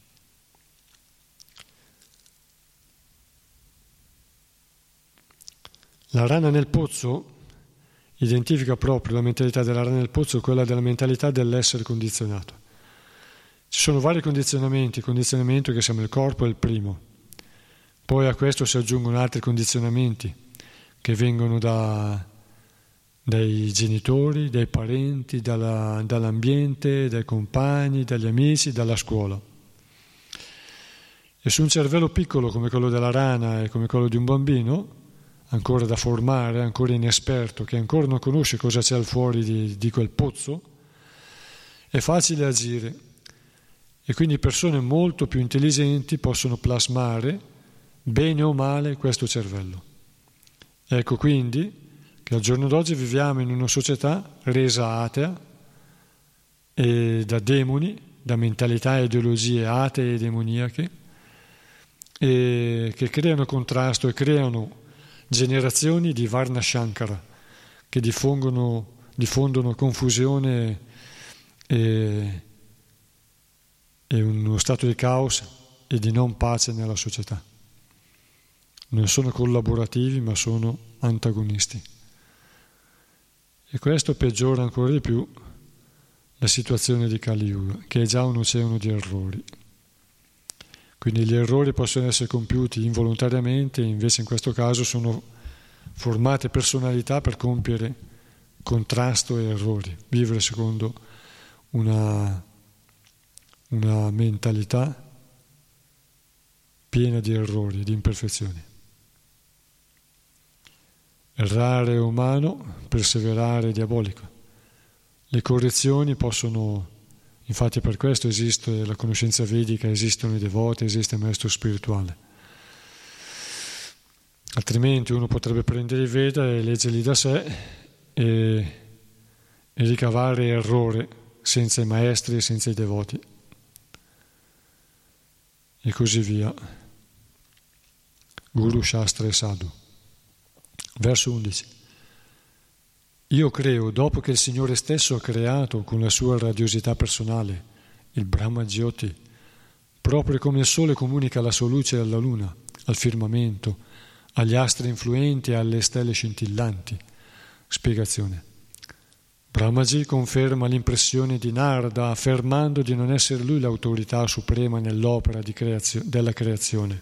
La rana nel pozzo identifica proprio la mentalità della rana nel pozzo, quella della mentalità dell'essere condizionato. Ci sono vari condizionamenti, il condizionamento che siamo il corpo è il primo, poi a questo si aggiungono altri condizionamenti che vengono dai genitori, dai parenti, dall'ambiente, dai compagni, dagli amici, dalla scuola. E su un cervello piccolo come quello della rana e come quello di un bambino, ancora da formare, ancora inesperto, che ancora non conosce cosa c'è al fuori di quel pozzo, è facile agire. E quindi persone molto più intelligenti possono plasmare, bene o male, questo cervello. Ecco quindi che al giorno d'oggi viviamo in una società resa atea e da demoni, da mentalità e ideologie atee e demoniache, e che creano contrasto e creano generazioni di Varna Shankara che diffondono confusione e uno stato di caos e di non pace nella società. Non sono collaborativi, ma sono antagonisti. E questo peggiora ancora di più la situazione di Kali Yuga, che è già un oceano di errori. Quindi gli errori possono essere compiuti involontariamente, invece in questo caso sono formate personalità per compiere contrasto e errori, vivere secondo una mentalità piena di errori, di imperfezioni. Errare è umano, perseverare è diabolico. Le correzioni possono, infatti per questo esiste la conoscenza vedica, esistono i devoti, esiste il maestro spirituale. Altrimenti uno potrebbe prendere i Veda e leggerli da sé e ricavare errore senza i maestri e senza i devoti. E così via. Guru, Shastra e Sadhu. Verso 11. Io creo, dopo che il Signore stesso ha creato con la sua radiosità personale il Brahma Jyoti, proprio come il Sole comunica la sua luce alla Luna, al firmamento, agli astri influenti e alle stelle scintillanti. Spiegazione. Brahmaji conferma l'impressione di Narada affermando di non essere lui l'autorità suprema nell'opera della creazione.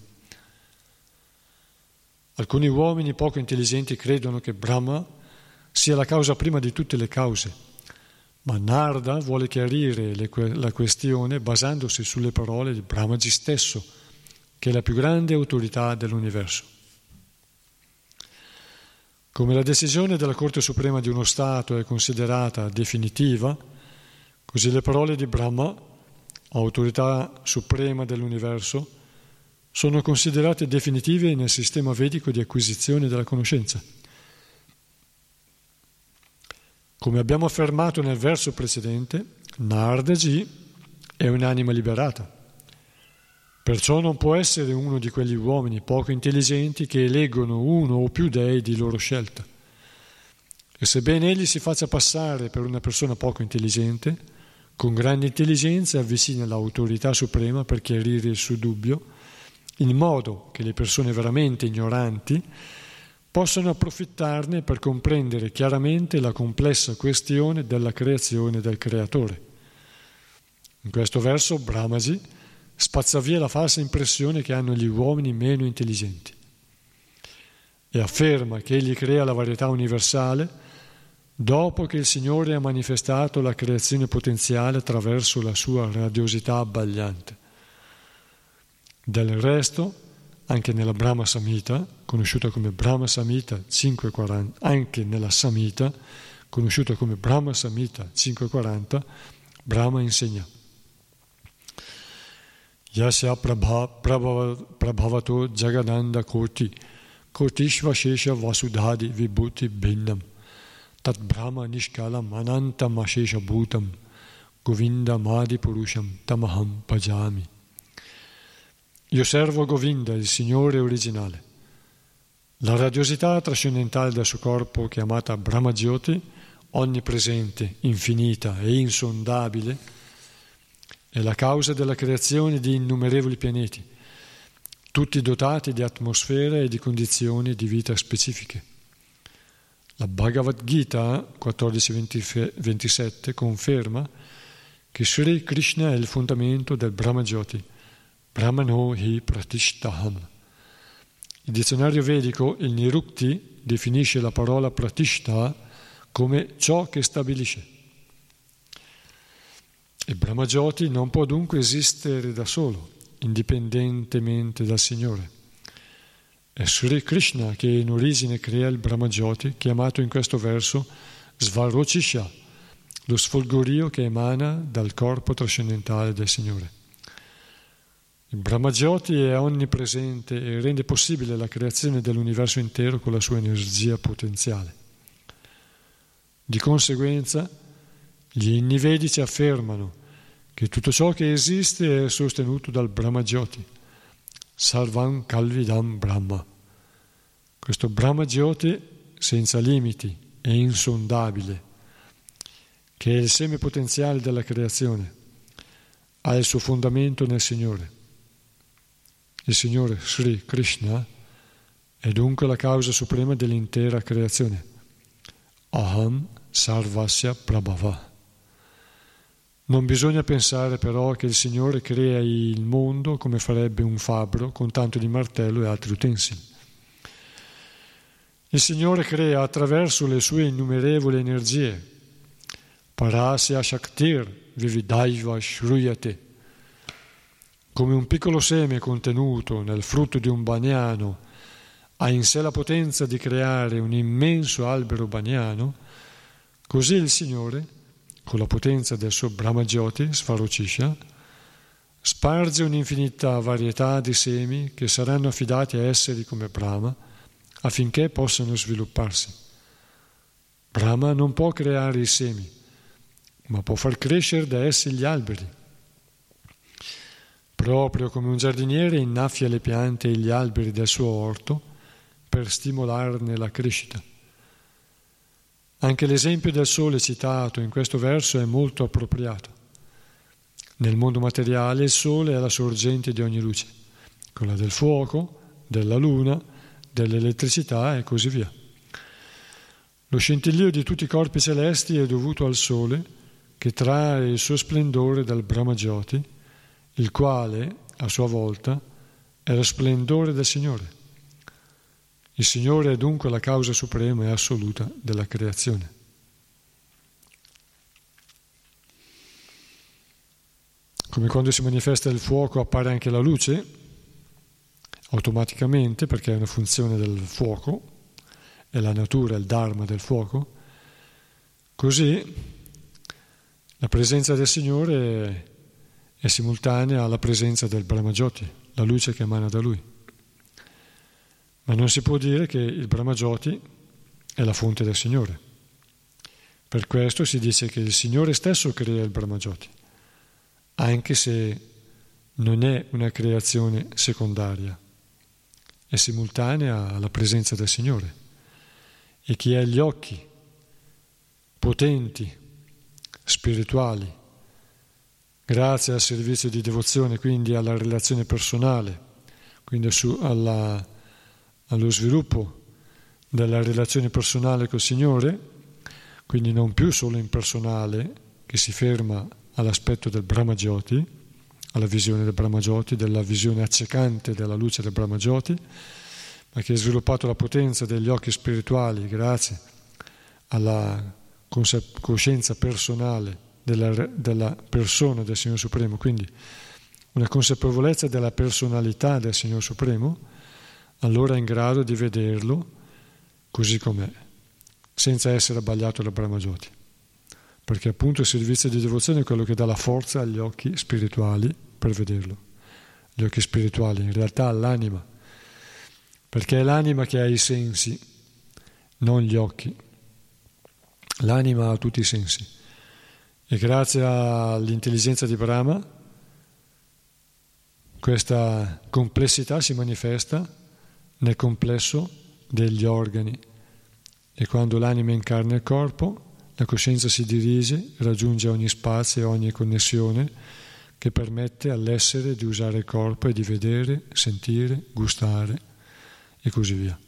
Alcuni uomini poco intelligenti credono che Brahma sia la causa prima di tutte le cause, ma Narada vuole chiarire la questione basandosi sulle parole di Brahmaji stesso, che è la più grande autorità dell'universo. Come la decisione della Corte Suprema di uno Stato è considerata definitiva, così le parole di Brahma, autorità suprema dell'universo, sono considerate definitive nel sistema vedico di acquisizione della conoscenza. Come abbiamo affermato nel verso precedente, Naradaji è un'anima liberata. Perciò non può essere uno di quegli uomini poco intelligenti che eleggono uno o più dei di loro scelta. E sebbene egli si faccia passare per una persona poco intelligente, con grande intelligenza avvicina l'autorità suprema per chiarire il suo dubbio, in modo che le persone veramente ignoranti possano approfittarne per comprendere chiaramente la complessa questione della creazione del Creatore. In questo verso Brahmaji spazza via la falsa impressione che hanno gli uomini meno intelligenti e afferma che egli crea la varietà universale dopo che il Signore ha manifestato la creazione potenziale attraverso la sua radiosità abbagliante. Del resto, anche nella Brahma Samhita, conosciuta come Brahma Samhita 540, anche nella Samhita, conosciuta come Brahma Samhita 540, Brahma insegna: Yasya prabhavato jagananda koti kotishva shesha vasudhadi vibhuti bhinnam tat brahma nishkalam anantam ashesha bhutam govinda madi purusham tamaham bhajami. Io servo Govinda, il Signore originale. La radiosità trascendentale del suo corpo, chiamata Brahma Jyoti, onnipresente, infinita e insondabile, è la causa della creazione di innumerevoli pianeti, tutti dotati di atmosfere e di condizioni di vita specifiche. La Bhagavad Gita 14.27 conferma che Sri Krishna è il fondamento del Brahma Jyoti, Brahmano hi pratishtaham. Il dizionario vedico, il Nirukti, definisce la parola pratishta come ciò che stabilisce. Il Brahma Jyoti non può dunque esistere da solo, indipendentemente dal Signore. È Sri Krishna che in origine crea il Brahma Jyoti, chiamato in questo verso Svarochisha, lo sfolgorio che emana dal corpo trascendentale del Signore. Il Brahma Jyoti è onnipresente e rende possibile la creazione dell'universo intero con la sua energia potenziale. Di conseguenza, gli inni vedici affermano che tutto ciò che esiste è sostenuto dal Brahma Jyoti, Sarvam Kalvidam Brahma. Questo Brahma Jyoti senza limiti e insondabile, che è il seme potenziale della creazione, ha il suo fondamento nel Signore. Il Signore Sri Krishna è dunque la causa suprema dell'intera creazione. Aham Sarvasya Prabhava. Non bisogna pensare però che il Signore crea il mondo come farebbe un fabbro con tanto di martello e altri utensili. Il Signore crea attraverso le sue innumerevoli energie. Parasya Shaktir Vividaiva Shruyate. Come un piccolo seme contenuto nel frutto di un baniano ha in sé la potenza di creare un immenso albero baniano, così il Signore, con la potenza del suo Brahma Jyoti, Svarochisha, sparge un'infinita varietà di semi che saranno affidati a esseri come Brahma affinché possano svilupparsi. Brahma non può creare i semi, ma può far crescere da essi gli alberi. Proprio come un giardiniere innaffia le piante e gli alberi del suo orto per stimolarne la crescita. Anche l'esempio del sole citato in questo verso è molto appropriato. Nel mondo materiale il sole è la sorgente di ogni luce, quella del fuoco, della luna, dell'elettricità e così via. Lo scintillio di tutti i corpi celesti è dovuto al sole che trae il suo splendore dal Brahmajyoti, il quale, a sua volta, è lo splendore del Signore. Il Signore è dunque la causa suprema e assoluta della creazione. Come quando si manifesta il fuoco appare anche la luce, automaticamente, perché è una funzione del fuoco, è la natura, il dharma del fuoco, così la presenza del Signore è simultanea alla presenza del Brahmajyoti, la luce che emana da Lui. Ma non si può dire che il Brahmajyoti è la fonte del Signore. Per questo si dice che il Signore stesso crea il Brahmajyoti, anche se non è una creazione secondaria, è simultanea alla presenza del Signore. E chi ha gli occhi potenti, spirituali, grazie al servizio di devozione, quindi alla relazione personale, quindi allo sviluppo della relazione personale col Signore, quindi non più solo impersonale, che si ferma all'aspetto del Brahmajyoti, alla visione del Brahmajyoti, della visione accecante della luce del Brahmajyoti, ma che ha sviluppato la potenza degli occhi spirituali grazie alla coscienza personale della persona del Signore Supremo, quindi una consapevolezza della personalità del Signore Supremo, allora è in grado di vederlo così com'è, senza essere abbagliato dal Brahmajyoti. Perché appunto il servizio di devozione è quello che dà la forza agli occhi spirituali per vederlo. Gli occhi spirituali, in realtà all'anima, perché è l'anima che ha i sensi, non gli occhi. L'anima ha tutti i sensi. E grazie all'intelligenza di Brahma, questa complessità si manifesta nel complesso degli organi. E quando l'anima incarna il corpo, la coscienza si dirige, raggiunge ogni spazio e ogni connessione che permette all'essere di usare il corpo e di vedere, sentire, gustare e così via.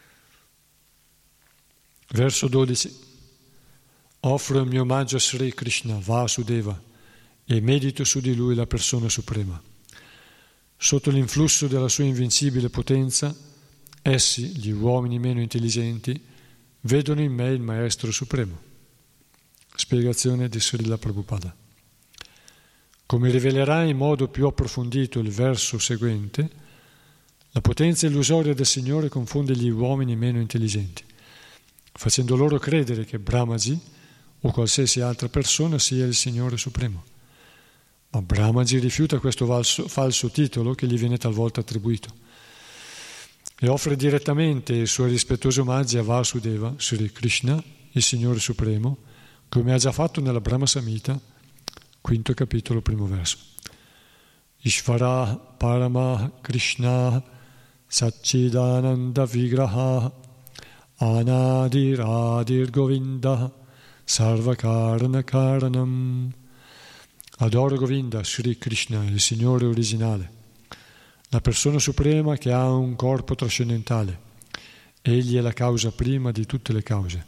Verso 12. Offro il mio omaggio a Sri Krishna, Vasudeva, e medito su di lui la persona suprema. Sotto l'influsso della sua invincibile potenza, essi, gli uomini meno intelligenti, vedono in me il Maestro Supremo. Spiegazione di Srila Prabhupada. Come rivelerà in modo più approfondito il verso seguente, la potenza illusoria del Signore confonde gli uomini meno intelligenti, facendo loro credere che Brahmaji o qualsiasi altra persona sia il Signore Supremo. Ma Brahmaji rifiuta questo falso titolo che gli viene talvolta attribuito e offre direttamente i suoi rispettosi omaggi a Vasudeva, Sri Krishna, il Signore Supremo, come ha già fatto nella Brahma Samhita, quinto capitolo, primo verso. Ishvara Parama Krishna Satchidananda Vigraha Anadir Adir Govinda Sarvakarana Karanam. Adoro Govinda, Sri Krishna, il Signore originale, la persona suprema che ha un corpo trascendentale. Egli è la causa prima di tutte le cause.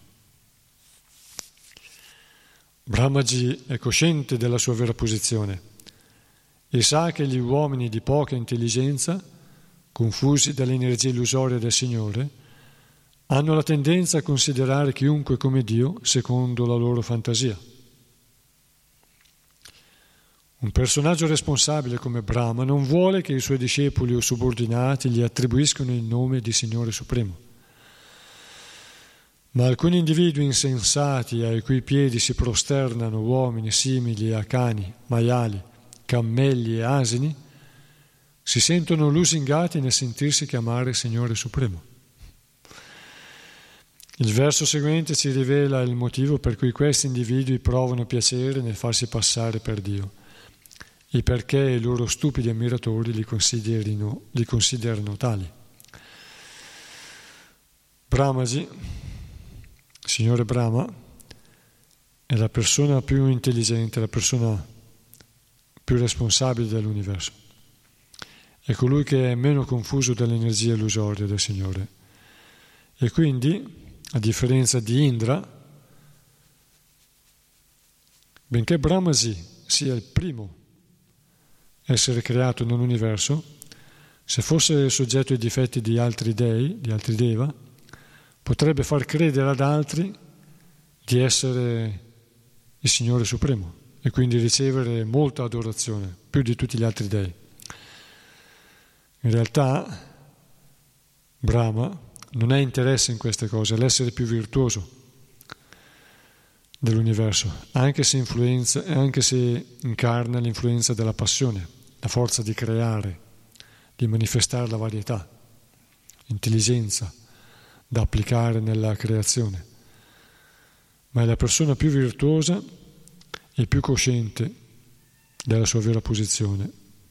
Brahmaji è cosciente della sua vera posizione e sa che gli uomini di poca intelligenza, confusi dall'energia illusoria del Signore, hanno la tendenza a considerare chiunque come Dio secondo la loro fantasia. Un personaggio responsabile come Brahma non vuole che i suoi discepoli o subordinati gli attribuiscano il nome di Signore Supremo. Ma alcuni individui insensati ai cui piedi si prosternano uomini simili a cani, maiali, cammelli e asini, si sentono lusingati nel sentirsi chiamare Signore Supremo. Il verso seguente ci rivela il motivo per cui questi individui provano piacere nel farsi passare per Dio e perché i loro stupidi ammiratori li considerano tali. Brahmaji Signore Brahma è la persona più intelligente, la persona più responsabile dell'universo. È colui che è meno confuso dall'energia illusoria del Signore. E quindi, a differenza di Indra, benché Brahma sia il primo essere creato nell'universo, se fosse soggetto ai difetti di altri dei, di altri deva, potrebbe far credere ad altri di essere il Signore Supremo e quindi ricevere molta adorazione, più di tutti gli altri dei. In realtà Brahma non ha interesse in queste cose, è l'essere più virtuoso dell'universo, anche se incarna l'influenza della passione, la forza di creare, di manifestare la varietà, intelligenza da applicare nella creazione. Ma è la persona più virtuosa e più cosciente della sua vera posizione.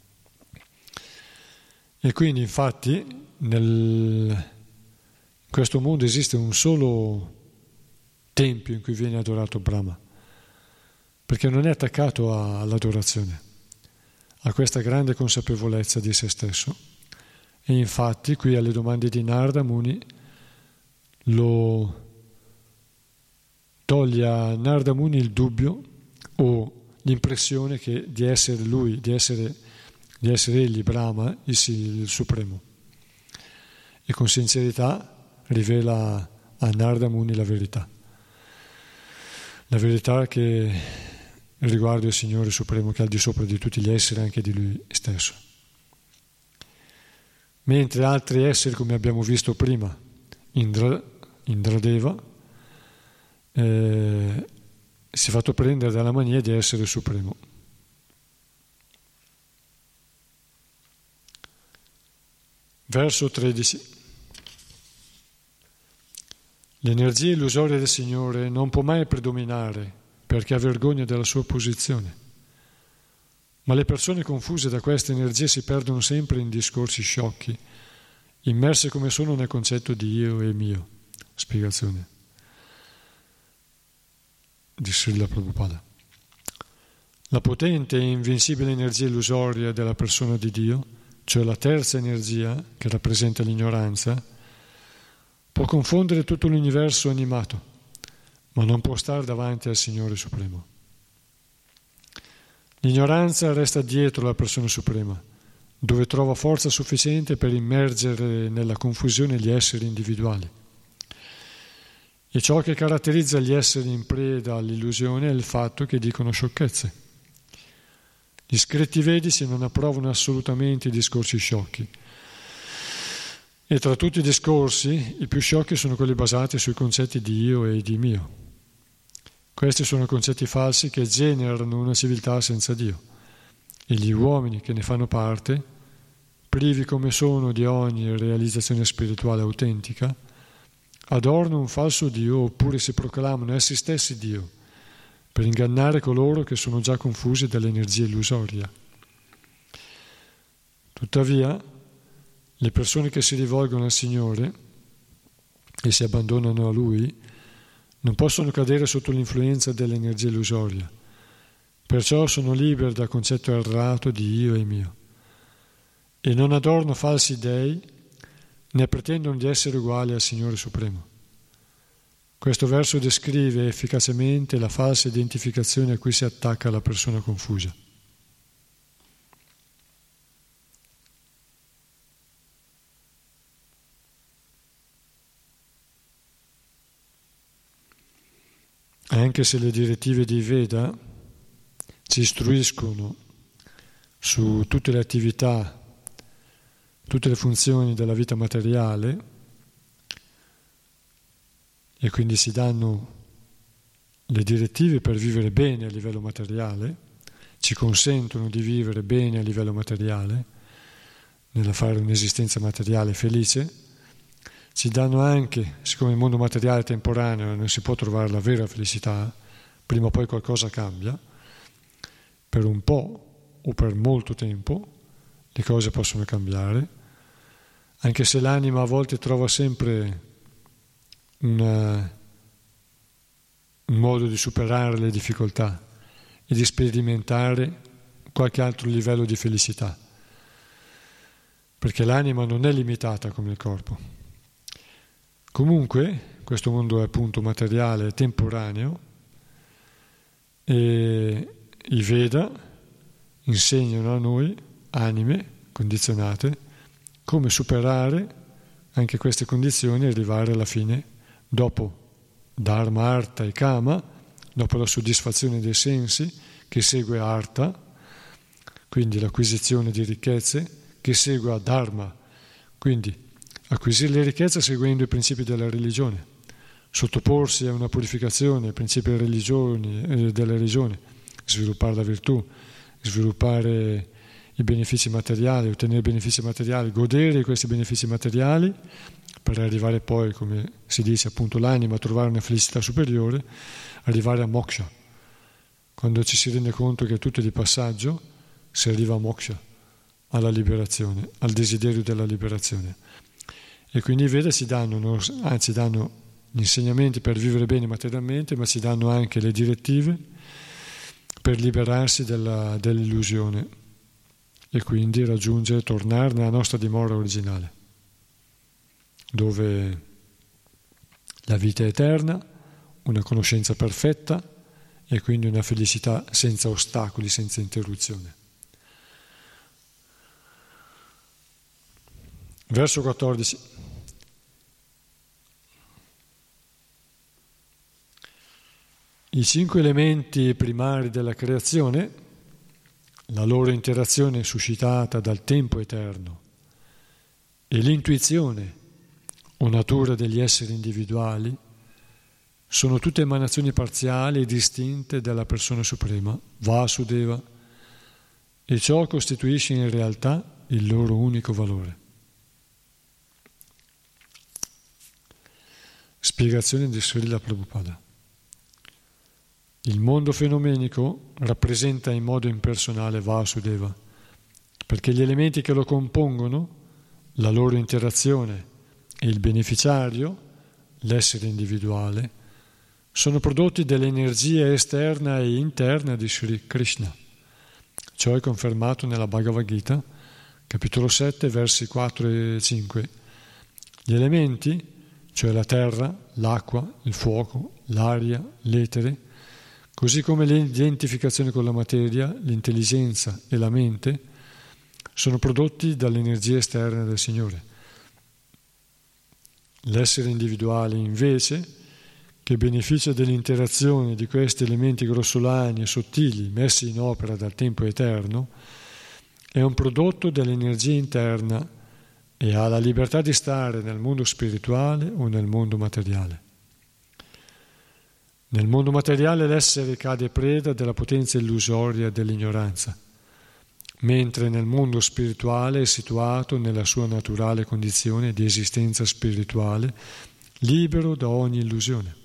E quindi, infatti, in questo mondo esiste un solo tempio in cui viene adorato Brahma, perché non è attaccato all'adorazione, ha questa grande consapevolezza di se stesso. E infatti qui alle domande di Narada Muni lo toglie a Narada Muni il dubbio o l'impressione che di essere lui, di essere egli Brahma, il Supremo, e con sincerità rivela a Narada Muni la verità che riguarda il Signore Supremo, che è al di sopra di tutti gli esseri, anche di lui stesso. Mentre altri esseri, come abbiamo visto prima, Indradeva, si è fatto prendere dalla mania di essere supremo. Verso 13. L'energia illusoria del Signore non può mai predominare perché ha vergogna della sua posizione. Ma le persone confuse da questa energia si perdono sempre in discorsi sciocchi, immerse come sono nel concetto di io e mio. Spiegazione di Srila Prabhupada. La potente e invincibile energia illusoria della persona di Dio, cioè la terza energia che rappresenta l'ignoranza, può confondere tutto l'universo animato, ma non può stare davanti al Signore Supremo. L'ignoranza resta dietro la persona suprema, dove trova forza sufficiente per immergere nella confusione gli esseri individuali. E ciò che caratterizza gli esseri in preda all'illusione è il fatto che dicono sciocchezze. Gli scritti vedici non approvano assolutamente i discorsi sciocchi. E tra tutti i discorsi, i più sciocchi sono quelli basati sui concetti di io e di mio. Questi sono concetti falsi che generano una civiltà senza Dio. E gli uomini che ne fanno parte, privi come sono di ogni realizzazione spirituale autentica, adorano un falso Dio oppure si proclamano essi stessi Dio per ingannare coloro che sono già confusi dall'energia illusoria. Tuttavia, le persone che si rivolgono al Signore e si abbandonano a Lui non possono cadere sotto l'influenza dell'energia illusoria, perciò sono liberi dal concetto errato di io e mio e non adorano falsi dei né pretendono di essere uguali al Signore Supremo. Questo verso descrive efficacemente la falsa identificazione a cui si attacca la persona confusa. Anche se le direttive di Veda ci istruiscono su tutte le attività, tutte le funzioni della vita materiale, e quindi si danno le direttive per vivere bene a livello materiale, ci consentono di vivere bene a livello materiale, nella fare un'esistenza materiale felice, ci danno anche, siccome il mondo materiale è temporaneo, non si può trovare la vera felicità, prima o poi qualcosa cambia, per un po' o per molto tempo le cose possono cambiare, anche se l'anima a volte trova sempre una un modo di superare le difficoltà e di sperimentare qualche altro livello di felicità, perché l'anima non è limitata come il corpo. Comunque, questo mondo è appunto materiale e temporaneo, e i Veda insegnano a noi, anime condizionate, come superare anche queste condizioni e arrivare alla fine, dopo Dharma, Artha e Kama, dopo la soddisfazione dei sensi, che segue Artha, quindi l'acquisizione di ricchezze, che segue a Dharma, quindi acquisire le ricchezze seguendo i principi della religione, sottoporsi a una purificazione ai principi della religione, sviluppare la virtù, sviluppare i benefici materiali, ottenere benefici materiali, godere di questi benefici materiali per arrivare poi, come si dice appunto, l'anima a trovare una felicità superiore, arrivare a moksha. Quando ci si rende conto che tutto è di passaggio, si arriva a moksha, alla liberazione, al desiderio della liberazione. E quindi i Veda ci danno gli insegnamenti per vivere bene materialmente, ma ci danno anche le direttive per liberarsi dell'illusione e quindi tornare nella nostra dimora originale, dove la vita è eterna, una conoscenza perfetta e quindi una felicità senza ostacoli, senza interruzione. Verso 14. I 5 elementi primari della creazione, la loro interazione suscitata dal tempo eterno e l'intuizione o natura degli esseri individuali sono tutte emanazioni parziali e distinte della persona suprema, Vasudeva, e ciò costituisce in realtà il loro unico valore. Spiegazione di Srila Prabhupada. Il mondo fenomenico rappresenta in modo impersonale Vasudeva, perché gli elementi che lo compongono, la loro interazione e il beneficiario, l'essere individuale, sono prodotti dall'energia esterna e interna di Sri Krishna. Ciò è confermato nella Bhagavad Gita, capitolo 7, versi 4 e 5. Gli elementi, cioè la terra, l'acqua, il fuoco, l'aria, l'etere, così come l'identificazione con la materia, l'intelligenza e la mente, sono prodotti dall'energia esterna del Signore. L'essere individuale, invece, che beneficia dell'interazione di questi elementi grossolani e sottili messi in opera dal tempo eterno, è un prodotto dell'energia interna e ha la libertà di stare nel mondo spirituale o nel mondo materiale. Nel mondo materiale l'essere cade preda della potenza illusoria dell'ignoranza, mentre nel mondo spirituale è situato nella sua naturale condizione di esistenza spirituale, libero da ogni illusione.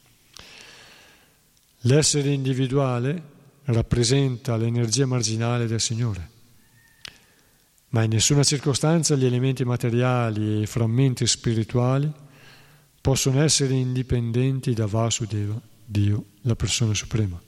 L'essere individuale rappresenta l'energia marginale del Signore, ma in nessuna circostanza gli elementi materiali e i frammenti spirituali possono essere indipendenti da Vasudeva, Dio, la persona suprema.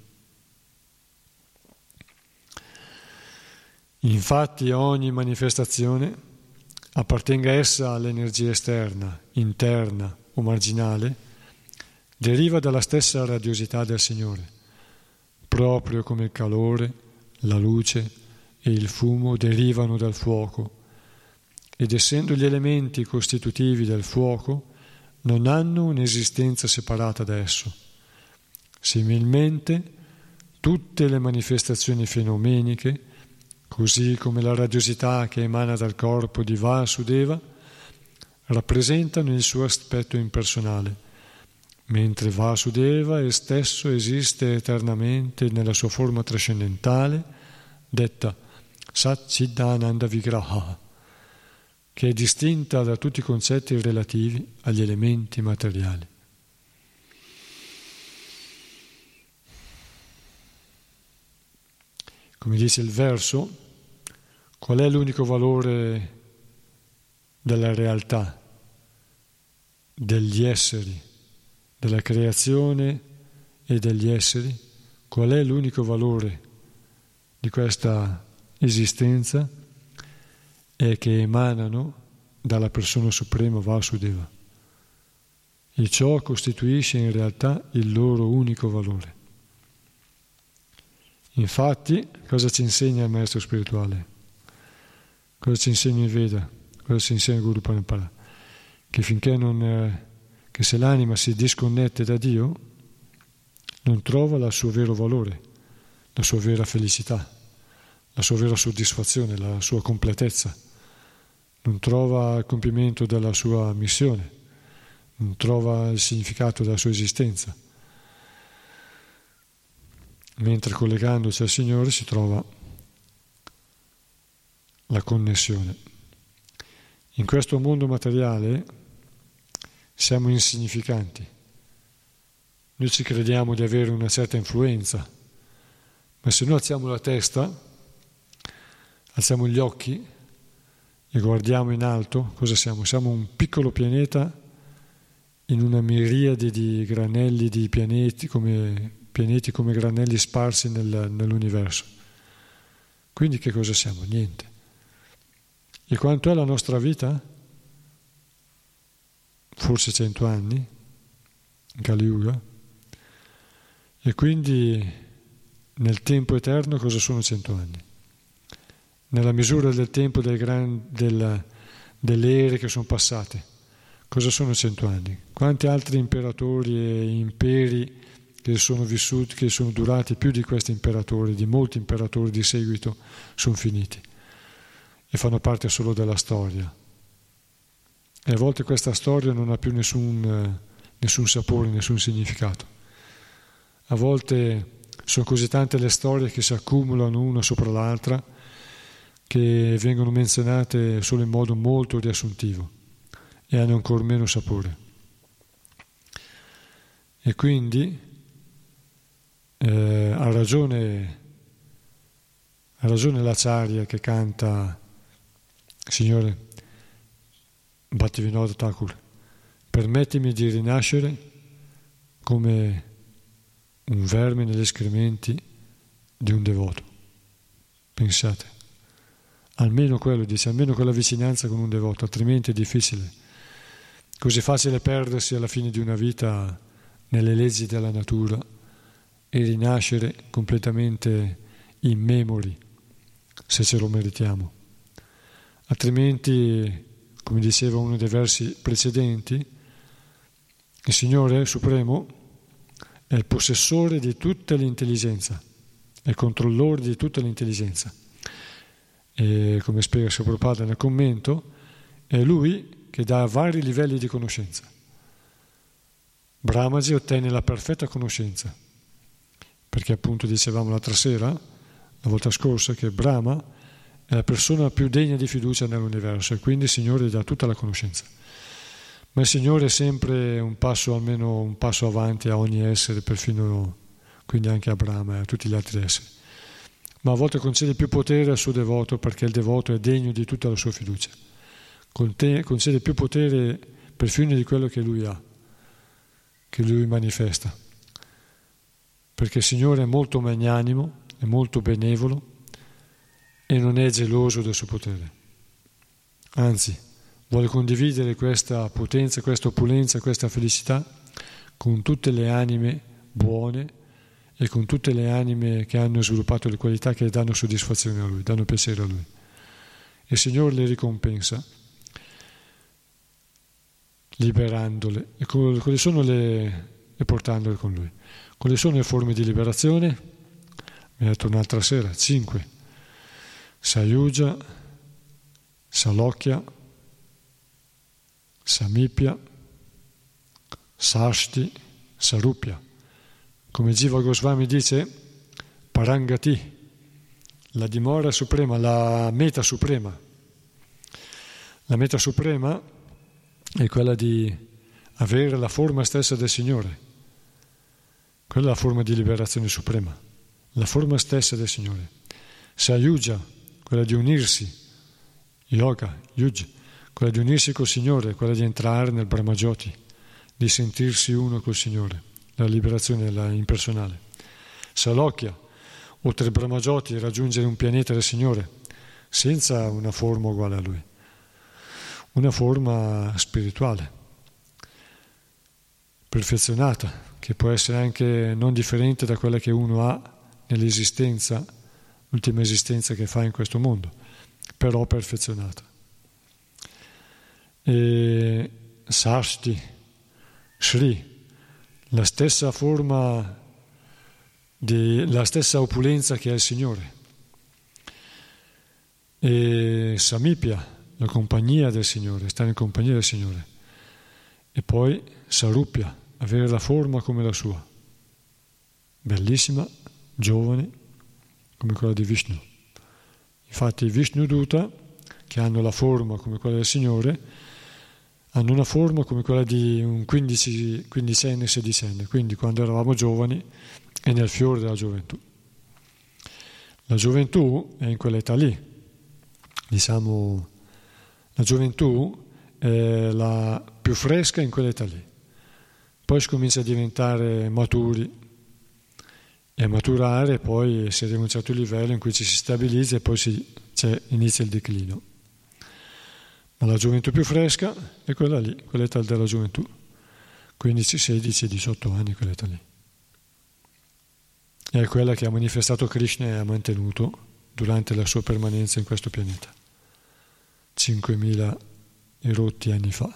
Infatti ogni manifestazione, appartenga essa all'energia esterna, interna o marginale, deriva dalla stessa radiosità del Signore, proprio come il calore, la luce e il fumo derivano dal fuoco, ed essendo gli elementi costitutivi del fuoco, non hanno un'esistenza separata da esso. Similmente, tutte le manifestazioni fenomeniche, così come la radiosità che emana dal corpo di Vasudeva, rappresentano il suo aspetto impersonale, mentre Vasudeva è stesso esiste eternamente nella sua forma trascendentale, detta Satchidananda Vigraha, che è distinta da tutti i concetti relativi agli elementi materiali. Come dice il verso, qual è l'unico valore della realtà, degli esseri, della creazione e degli esseri, qual è l'unico valore di questa esistenza, è che emanano dalla persona suprema Vasudeva. E ciò costituisce in realtà il loro unico valore. Infatti, cosa ci insegna il maestro spirituale? Cosa ci insegna il Veda? Cosa ci insegna il Guru Parampara? Che che se l'anima si disconnette da Dio, non trova il suo vero valore, la sua vera felicità, la sua vera soddisfazione, la sua completezza. Non trova il compimento della sua missione, non trova il significato della sua esistenza. Mentre collegandoci al Signore si trova la connessione. In questo mondo materiale siamo insignificanti. Noi ci crediamo di avere una certa influenza, ma se noi alziamo la testa, alziamo gli occhi e guardiamo in alto, cosa siamo? Siamo un piccolo pianeta in una miriade di granelli di pianeti come granelli sparsi nell'universo. Quindi che cosa siamo? Niente. E quanto è la nostra vita? Forse 100 anni, in Kali Yuga. E quindi nel tempo eterno cosa sono 100 anni? Nella misura del tempo delle ere che sono passate, cosa sono 100 anni? Quanti altri imperatori e imperi che sono vissuti, che sono durati più di questi imperatori, di molti imperatori di seguito, sono finiti e fanno parte solo della storia. E a volte questa storia non ha più nessun sapore, nessun significato. A volte sono così tante le storie che si accumulano una sopra l'altra che vengono menzionate solo in modo molto riassuntivo e hanno ancora meno sapore. E quindi ha ragione l'Acharya che canta, Signore, Bhaktivinoda Thakur, permettimi di rinascere come un verme negli escrementi di un devoto. Pensate, almeno quello, dice, almeno quella vicinanza con un devoto, altrimenti è difficile. Così facile perdersi alla fine di una vita nelle leggi della natura e rinascere completamente immemori, se ce lo meritiamo. Altrimenti, come diceva uno dei versi precedenti, il Signore Supremo è il possessore di tutta l'intelligenza, è il controllore di tutta l'intelligenza. E come spiega Prabhupada nel commento, è Lui che dà vari livelli di conoscenza. Brahmaji ottenne la perfetta conoscenza, perché appunto dicevamo l'altra sera, la volta scorsa, che Brahma è la persona più degna di fiducia nell'universo e quindi il Signore dà tutta la conoscenza. Ma il Signore è sempre almeno un passo avanti a ogni essere, perfino quindi anche a Brahma e a tutti gli altri esseri. Ma a volte concede più potere al suo devoto perché il devoto è degno di tutta la sua fiducia. Concede più potere perfino di quello che lui ha, che lui manifesta. Perché il Signore è molto magnanimo, è molto benevolo e non è geloso del suo potere. Anzi, vuole condividere questa potenza, questa opulenza, questa felicità con tutte le anime buone e con tutte le anime che hanno sviluppato le qualità che danno soddisfazione a Lui, danno piacere a Lui. E il Signore le ricompensa liberandole. E quali sono e portandole con Lui. Quali sono le forme di liberazione? Mi ha detto un'altra sera, 5. Sayuja, Salokya, Samipya, Sashti, Sarupya. Come Jiva Goswami dice, Parangati, la dimora suprema, la meta suprema. La meta suprema è quella di avere la forma stessa del Signore. Quella è la forma di liberazione suprema, la forma stessa del Signore. Sayuja, quella di unirsi, yoga, yuj, quella di unirsi col Signore, quella di entrare nel Brahmajyoti, di sentirsi uno col Signore. la liberazione impersonale. Salokya, oltre Brahmajoti, raggiungere un pianeta del Signore senza una forma uguale a Lui, una forma spirituale, perfezionata, che può essere anche non differente da quella che uno ha nell'esistenza, l'ultima esistenza che fa in questo mondo, però perfezionata. E Sashti, Sri, la stessa forma, la stessa opulenza che ha il Signore. E Samipya, la compagnia del Signore, stare in compagnia del Signore. E poi Sarupya, avere la forma come la sua, bellissima, giovane, come quella di Vishnu. Infatti i Vishnu Duta, che hanno la forma come quella del Signore, hanno una forma come quella di un quindicenne, sedicenne, quindi quando eravamo giovani e nel fiore della gioventù. La gioventù è in quell'età lì. Diciamo, la gioventù è la più fresca in quell'età lì. Poi si comincia a diventare maturi e a maturare, poi si arriva a un certo livello in cui ci si stabilizza e poi inizia il declino. Ma la gioventù più fresca è quella lì, quell'età della gioventù, 15, 16, 18 anni, quell'età lì. È quella che ha manifestato Krishna e ha mantenuto durante la sua permanenza in questo pianeta, 5.000 e rotti anni fa.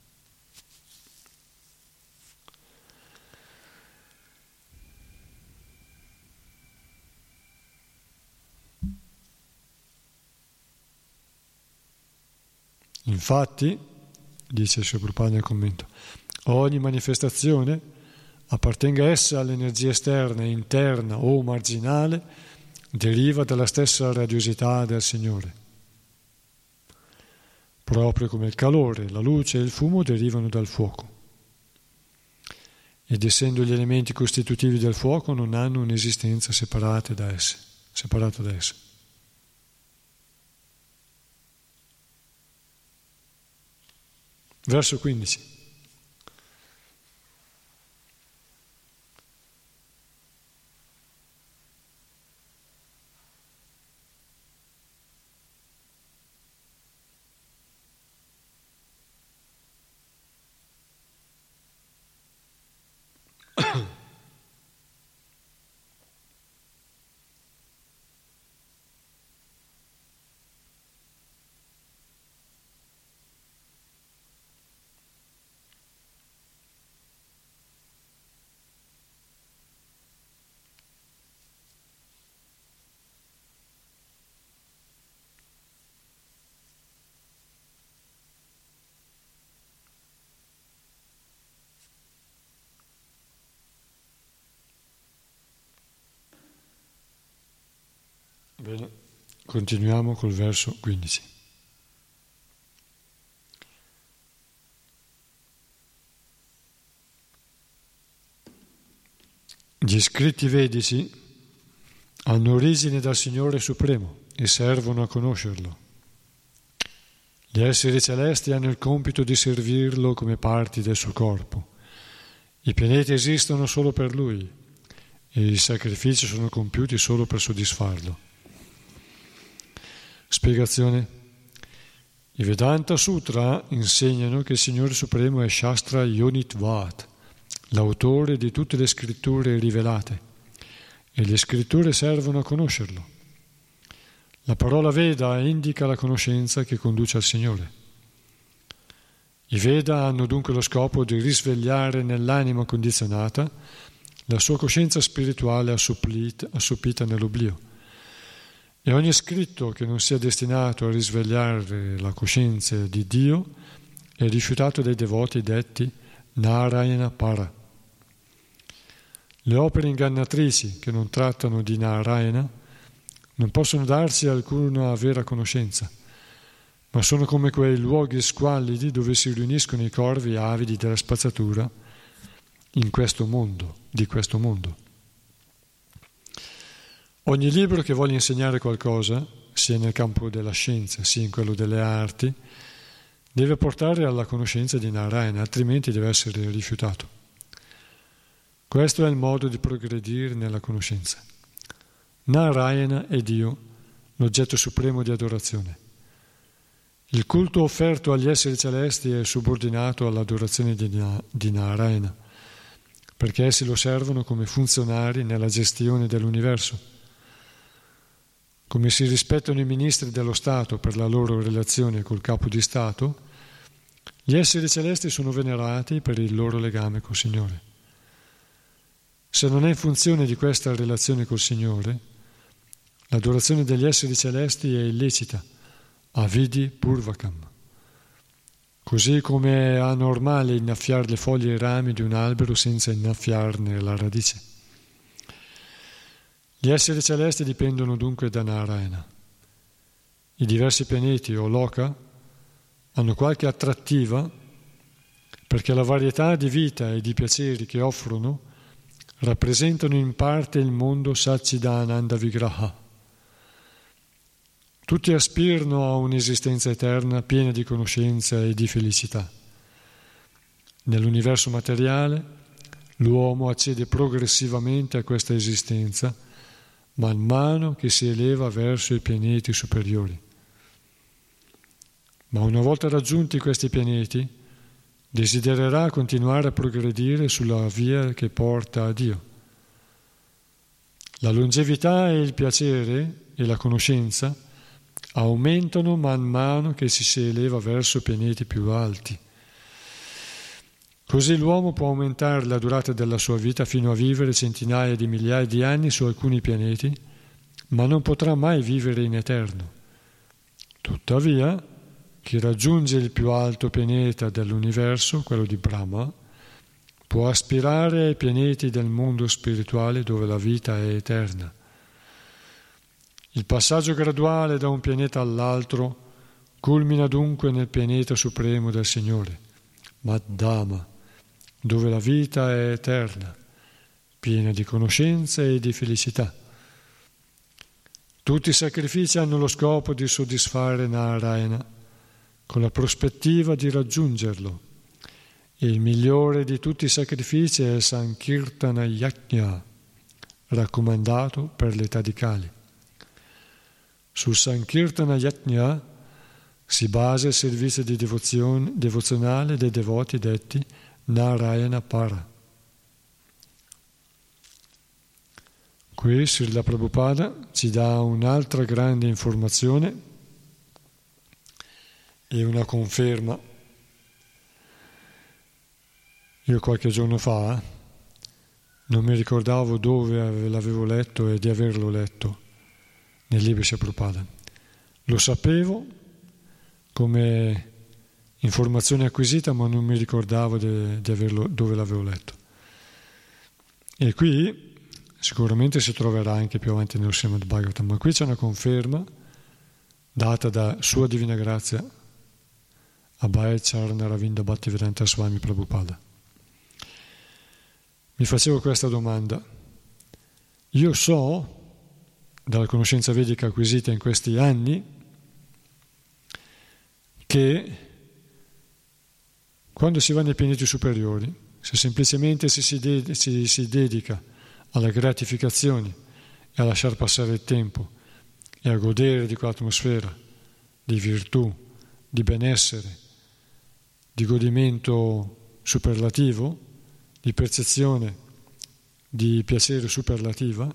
Infatti, dice il Srila Prabhupada nel commento, ogni manifestazione, appartenga essa all'energia esterna, interna o marginale, deriva dalla stessa radiosità del Signore. Proprio come il calore, la luce e il fumo derivano dal fuoco. Ed essendo gli elementi costitutivi del fuoco, non hanno un'esistenza separata da esse. Verso 15. Bene, continuiamo col verso 15. Gli scritti vedici hanno origine dal Signore Supremo e servono a conoscerlo. Gli esseri celesti hanno il compito di servirlo come parti del suo corpo. I pianeti esistono solo per lui e i sacrifici sono compiuti solo per soddisfarlo. Spiegazione. I Vedanta Sutra insegnano che il Signore Supremo è Shastra Yonitvat, l'autore di tutte le scritture rivelate, e le scritture servono a conoscerlo. La parola Veda indica la conoscenza che conduce al Signore. I Veda hanno dunque lo scopo di risvegliare nell'anima condizionata la sua coscienza spirituale assopita nell'oblio. E ogni scritto che non sia destinato a risvegliare la coscienza di Dio è rifiutato dai devoti detti Narayana Para. Le opere ingannatrici che non trattano di Narayana non possono darsi alcuna vera conoscenza, ma sono come quei luoghi squallidi dove si riuniscono i corvi avidi della spazzatura in questo mondo, di questo mondo. Ogni libro che voglia insegnare qualcosa, sia nel campo della scienza, sia in quello delle arti, deve portare alla conoscenza di Narayana, altrimenti deve essere rifiutato. Questo è il modo di progredire nella conoscenza. Narayana è Dio, l'oggetto supremo di adorazione. Il culto offerto agli esseri celesti è subordinato all'adorazione di Narayana, perché essi lo servono come funzionari nella gestione dell'universo. Come si rispettano i ministri dello Stato per la loro relazione col capo di Stato, gli esseri celesti sono venerati per il loro legame col Signore. Se non è in funzione di questa relazione col Signore, l'adorazione degli esseri celesti è illecita, avidi purvakam. Così come è anormale innaffiare le foglie e i rami di un albero senza innaffiarne la radice. Gli esseri celesti dipendono dunque da Narayana. I diversi pianeti o loka hanno qualche attrattiva perché la varietà di vita e di piaceri che offrono rappresentano in parte il mondo Satchidananda Vigraha. Tutti aspirano a un'esistenza eterna piena di conoscenza e di felicità. Nell'universo materiale l'uomo accede progressivamente a questa esistenza man mano che si eleva verso i pianeti superiori. Ma una volta raggiunti questi pianeti, desidererà continuare a progredire sulla via che porta a Dio. La longevità e il piacere e la conoscenza aumentano man mano che si eleva verso pianeti più alti. Così l'uomo può aumentare la durata della sua vita fino a vivere centinaia di migliaia di anni su alcuni pianeti, ma non potrà mai vivere in eterno. Tuttavia, chi raggiunge il più alto pianeta dell'universo, quello di Brahma, può aspirare ai pianeti del mondo spirituale dove la vita è eterna. Il passaggio graduale da un pianeta all'altro culmina dunque nel pianeta supremo del Signore, Madhama, dove la vita è eterna, piena di conoscenza e di felicità. Tutti i sacrifici hanno lo scopo di soddisfare Narayana, con la prospettiva di raggiungerlo. E il migliore di tutti i sacrifici è il Sankirtana Yajna, raccomandato per l'età di Kali. Sul Sankirtana Yajna si basa il servizio di devozionale dei devoti detti Narayana Para. Qui Srila Prabhupada ci dà un'altra grande informazione e una conferma. Io qualche giorno fa non mi ricordavo dove l'avevo letto e di averlo letto nel libro di Prabhupada. Lo sapevo come informazione acquisita, ma non mi ricordavo di averlo, dove l'avevo letto. E qui sicuramente si troverà anche più avanti nello Srimad Bhagavatam, ma qui c'è una conferma data da Sua Divina Grazia Abhay Charana Ravinda Bhattivedanta Swami Prabhupada. Mi facevo questa domanda. Io so, dalla conoscenza vedica acquisita in questi anni, che quando si va nei pianeti superiori, se semplicemente si dedica alle gratificazioni e a lasciar passare il tempo e a godere di quell'atmosfera di virtù, di benessere, di godimento superlativo, di percezione di piacere superlativa,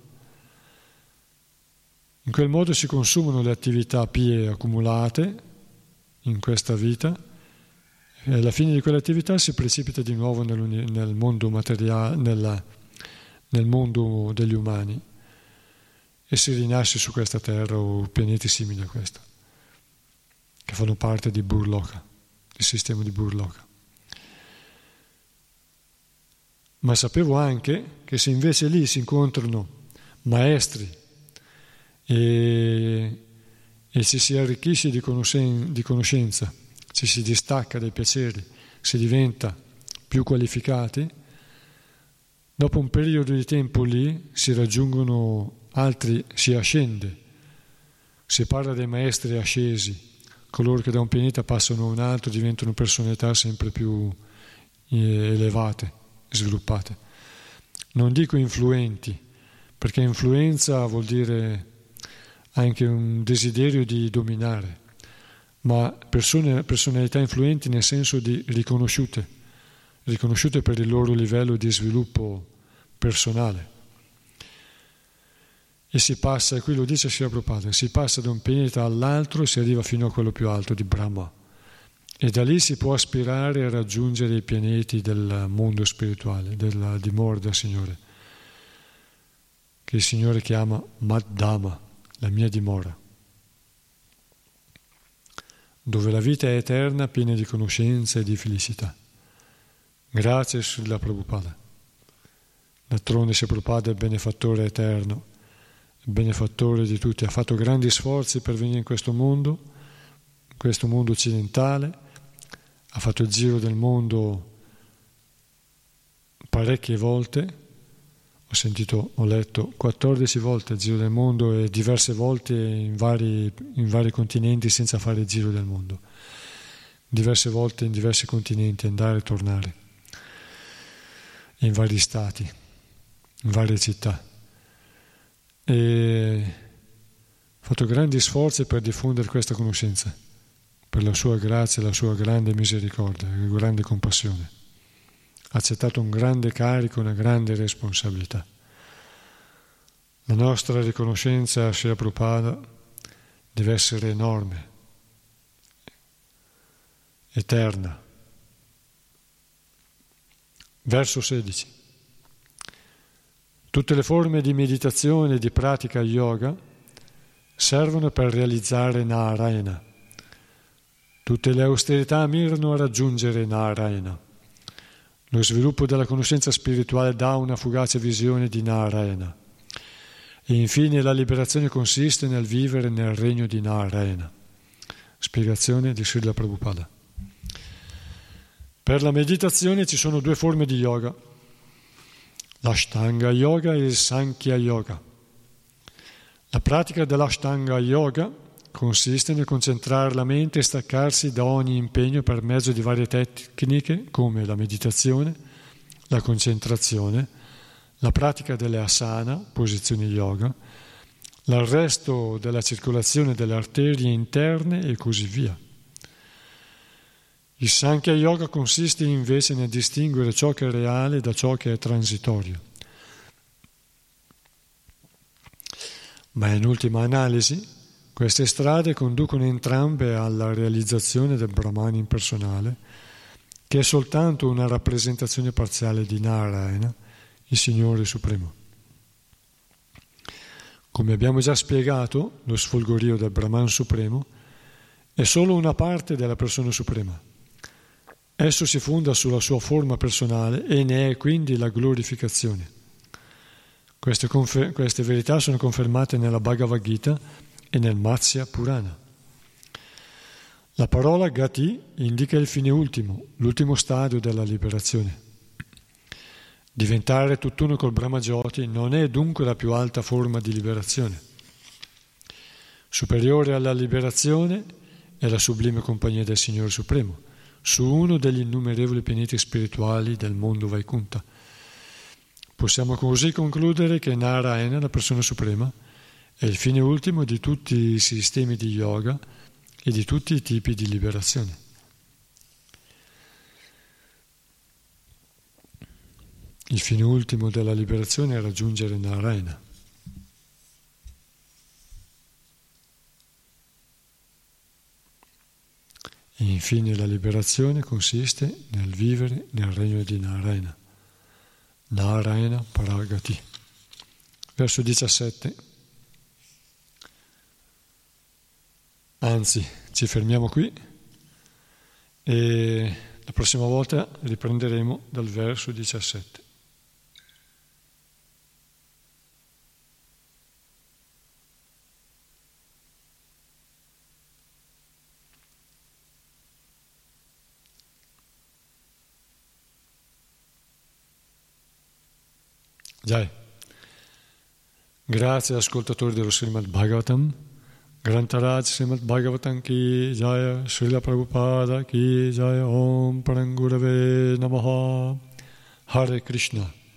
in quel modo si consumano le attività pie accumulate in questa vita e alla fine di quelle attività si precipita di nuovo nel mondo materiale, nel mondo degli umani, e si rinasce su questa terra o pianeti simili a questo, che fanno parte di Burloka, il sistema di Burloka. Ma sapevo anche che se invece lì si incontrano maestri e ci si arricchisce di conoscenza, ci si distacca dai piaceri, si diventa più qualificati, dopo un periodo di tempo lì si raggiungono altri, si ascende. Si parla dei maestri ascesi, coloro che da un pianeta passano a un altro, diventano personalità sempre più elevate, sviluppate. Non dico influenti, perché influenza vuol dire anche un desiderio di dominare, ma personalità influenti nel senso di riconosciute per il loro livello di sviluppo personale. E si passa, qui lo dice Srila Prabhupada, si passa da un pianeta all'altro e si arriva fino a quello più alto di Brahma. E da lì si può aspirare a raggiungere i pianeti del mondo spirituale, della dimora del Signore, che il Signore chiama Madhama, la mia dimora, dove la vita è eterna, piena di conoscenza e di felicità. Grazie Srila Prabhupada. D'altronde Srila Prabhupada è benefattore eterno, benefattore di tutti, ha fatto grandi sforzi per venire in questo mondo occidentale, ha fatto il giro del mondo parecchie volte, ho letto 14 volte il giro del mondo e diverse volte in vari continenti senza fare il giro del mondo, diverse volte in diversi continenti, andare e tornare, in vari stati, in varie città. E ha fatto grandi sforzi per diffondere questa conoscenza, per la sua grazia, la sua grande misericordia, la grande compassione. Ha accettato un grande carico, una grande responsabilità. La nostra riconoscenza a Srila Prabhupada deve essere enorme, eterna. Verso 16. Tutte le forme di meditazione e di pratica yoga servono per realizzare Narayana. Tutte le austerità mirano a raggiungere Narayana. Lo sviluppo della conoscenza spirituale dà una fugace visione di Narayana. E infine la liberazione consiste nel vivere nel regno di Narayana. Spiegazione di Srila Prabhupada. Per la meditazione ci sono due forme di yoga, l'Ashtanga Yoga e il Sankhya Yoga. La pratica dell'Ashtanga Yoga consiste nel concentrare la mente e staccarsi da ogni impegno per mezzo di varie tecniche come la meditazione, la concentrazione, la pratica delle asana, posizioni yoga, l'arresto della circolazione delle arterie interne e così via. Il Sankhya Yoga consiste invece nel distinguere ciò che è reale da ciò che è transitorio. Ma in ultima analisi, queste strade conducono entrambe alla realizzazione del Brahman impersonale, che è soltanto una rappresentazione parziale di Narayana, il Signore Supremo. Come abbiamo già spiegato, lo sfolgorio del Brahman Supremo è solo una parte della persona suprema. Esso si fonda sulla sua forma personale e ne è quindi la glorificazione. Queste verità sono confermate nella Bhagavad Gita e nel Matsya Purana. La parola Gati indica il fine ultimo, l'ultimo stadio della liberazione. Diventare tutt'uno col Brahma Jyoti non è dunque la più alta forma di liberazione. Superiore alla liberazione è la sublime compagnia del Signore Supremo, su uno degli innumerevoli pianeti spirituali del mondo Vaikuntha. Possiamo così concludere che Narayana, la persona suprema, è il fine ultimo di tutti i sistemi di yoga e di tutti i tipi di liberazione. Il fine ultimo della liberazione è raggiungere Narayana. E infine la liberazione consiste nel vivere nel regno di Narayana. Narayana Paragati. Verso 17. Anzi, ci fermiamo qui e la prossima volta riprenderemo dal verso 17. Jai. Grazie ascoltatori dello Srimad Bhagavatam. Grantaraj Srimad Bhagavatam ki Jaya, Srila Prabhupada ki Jaya, Om Parangurave Namaha. Hare Krishna.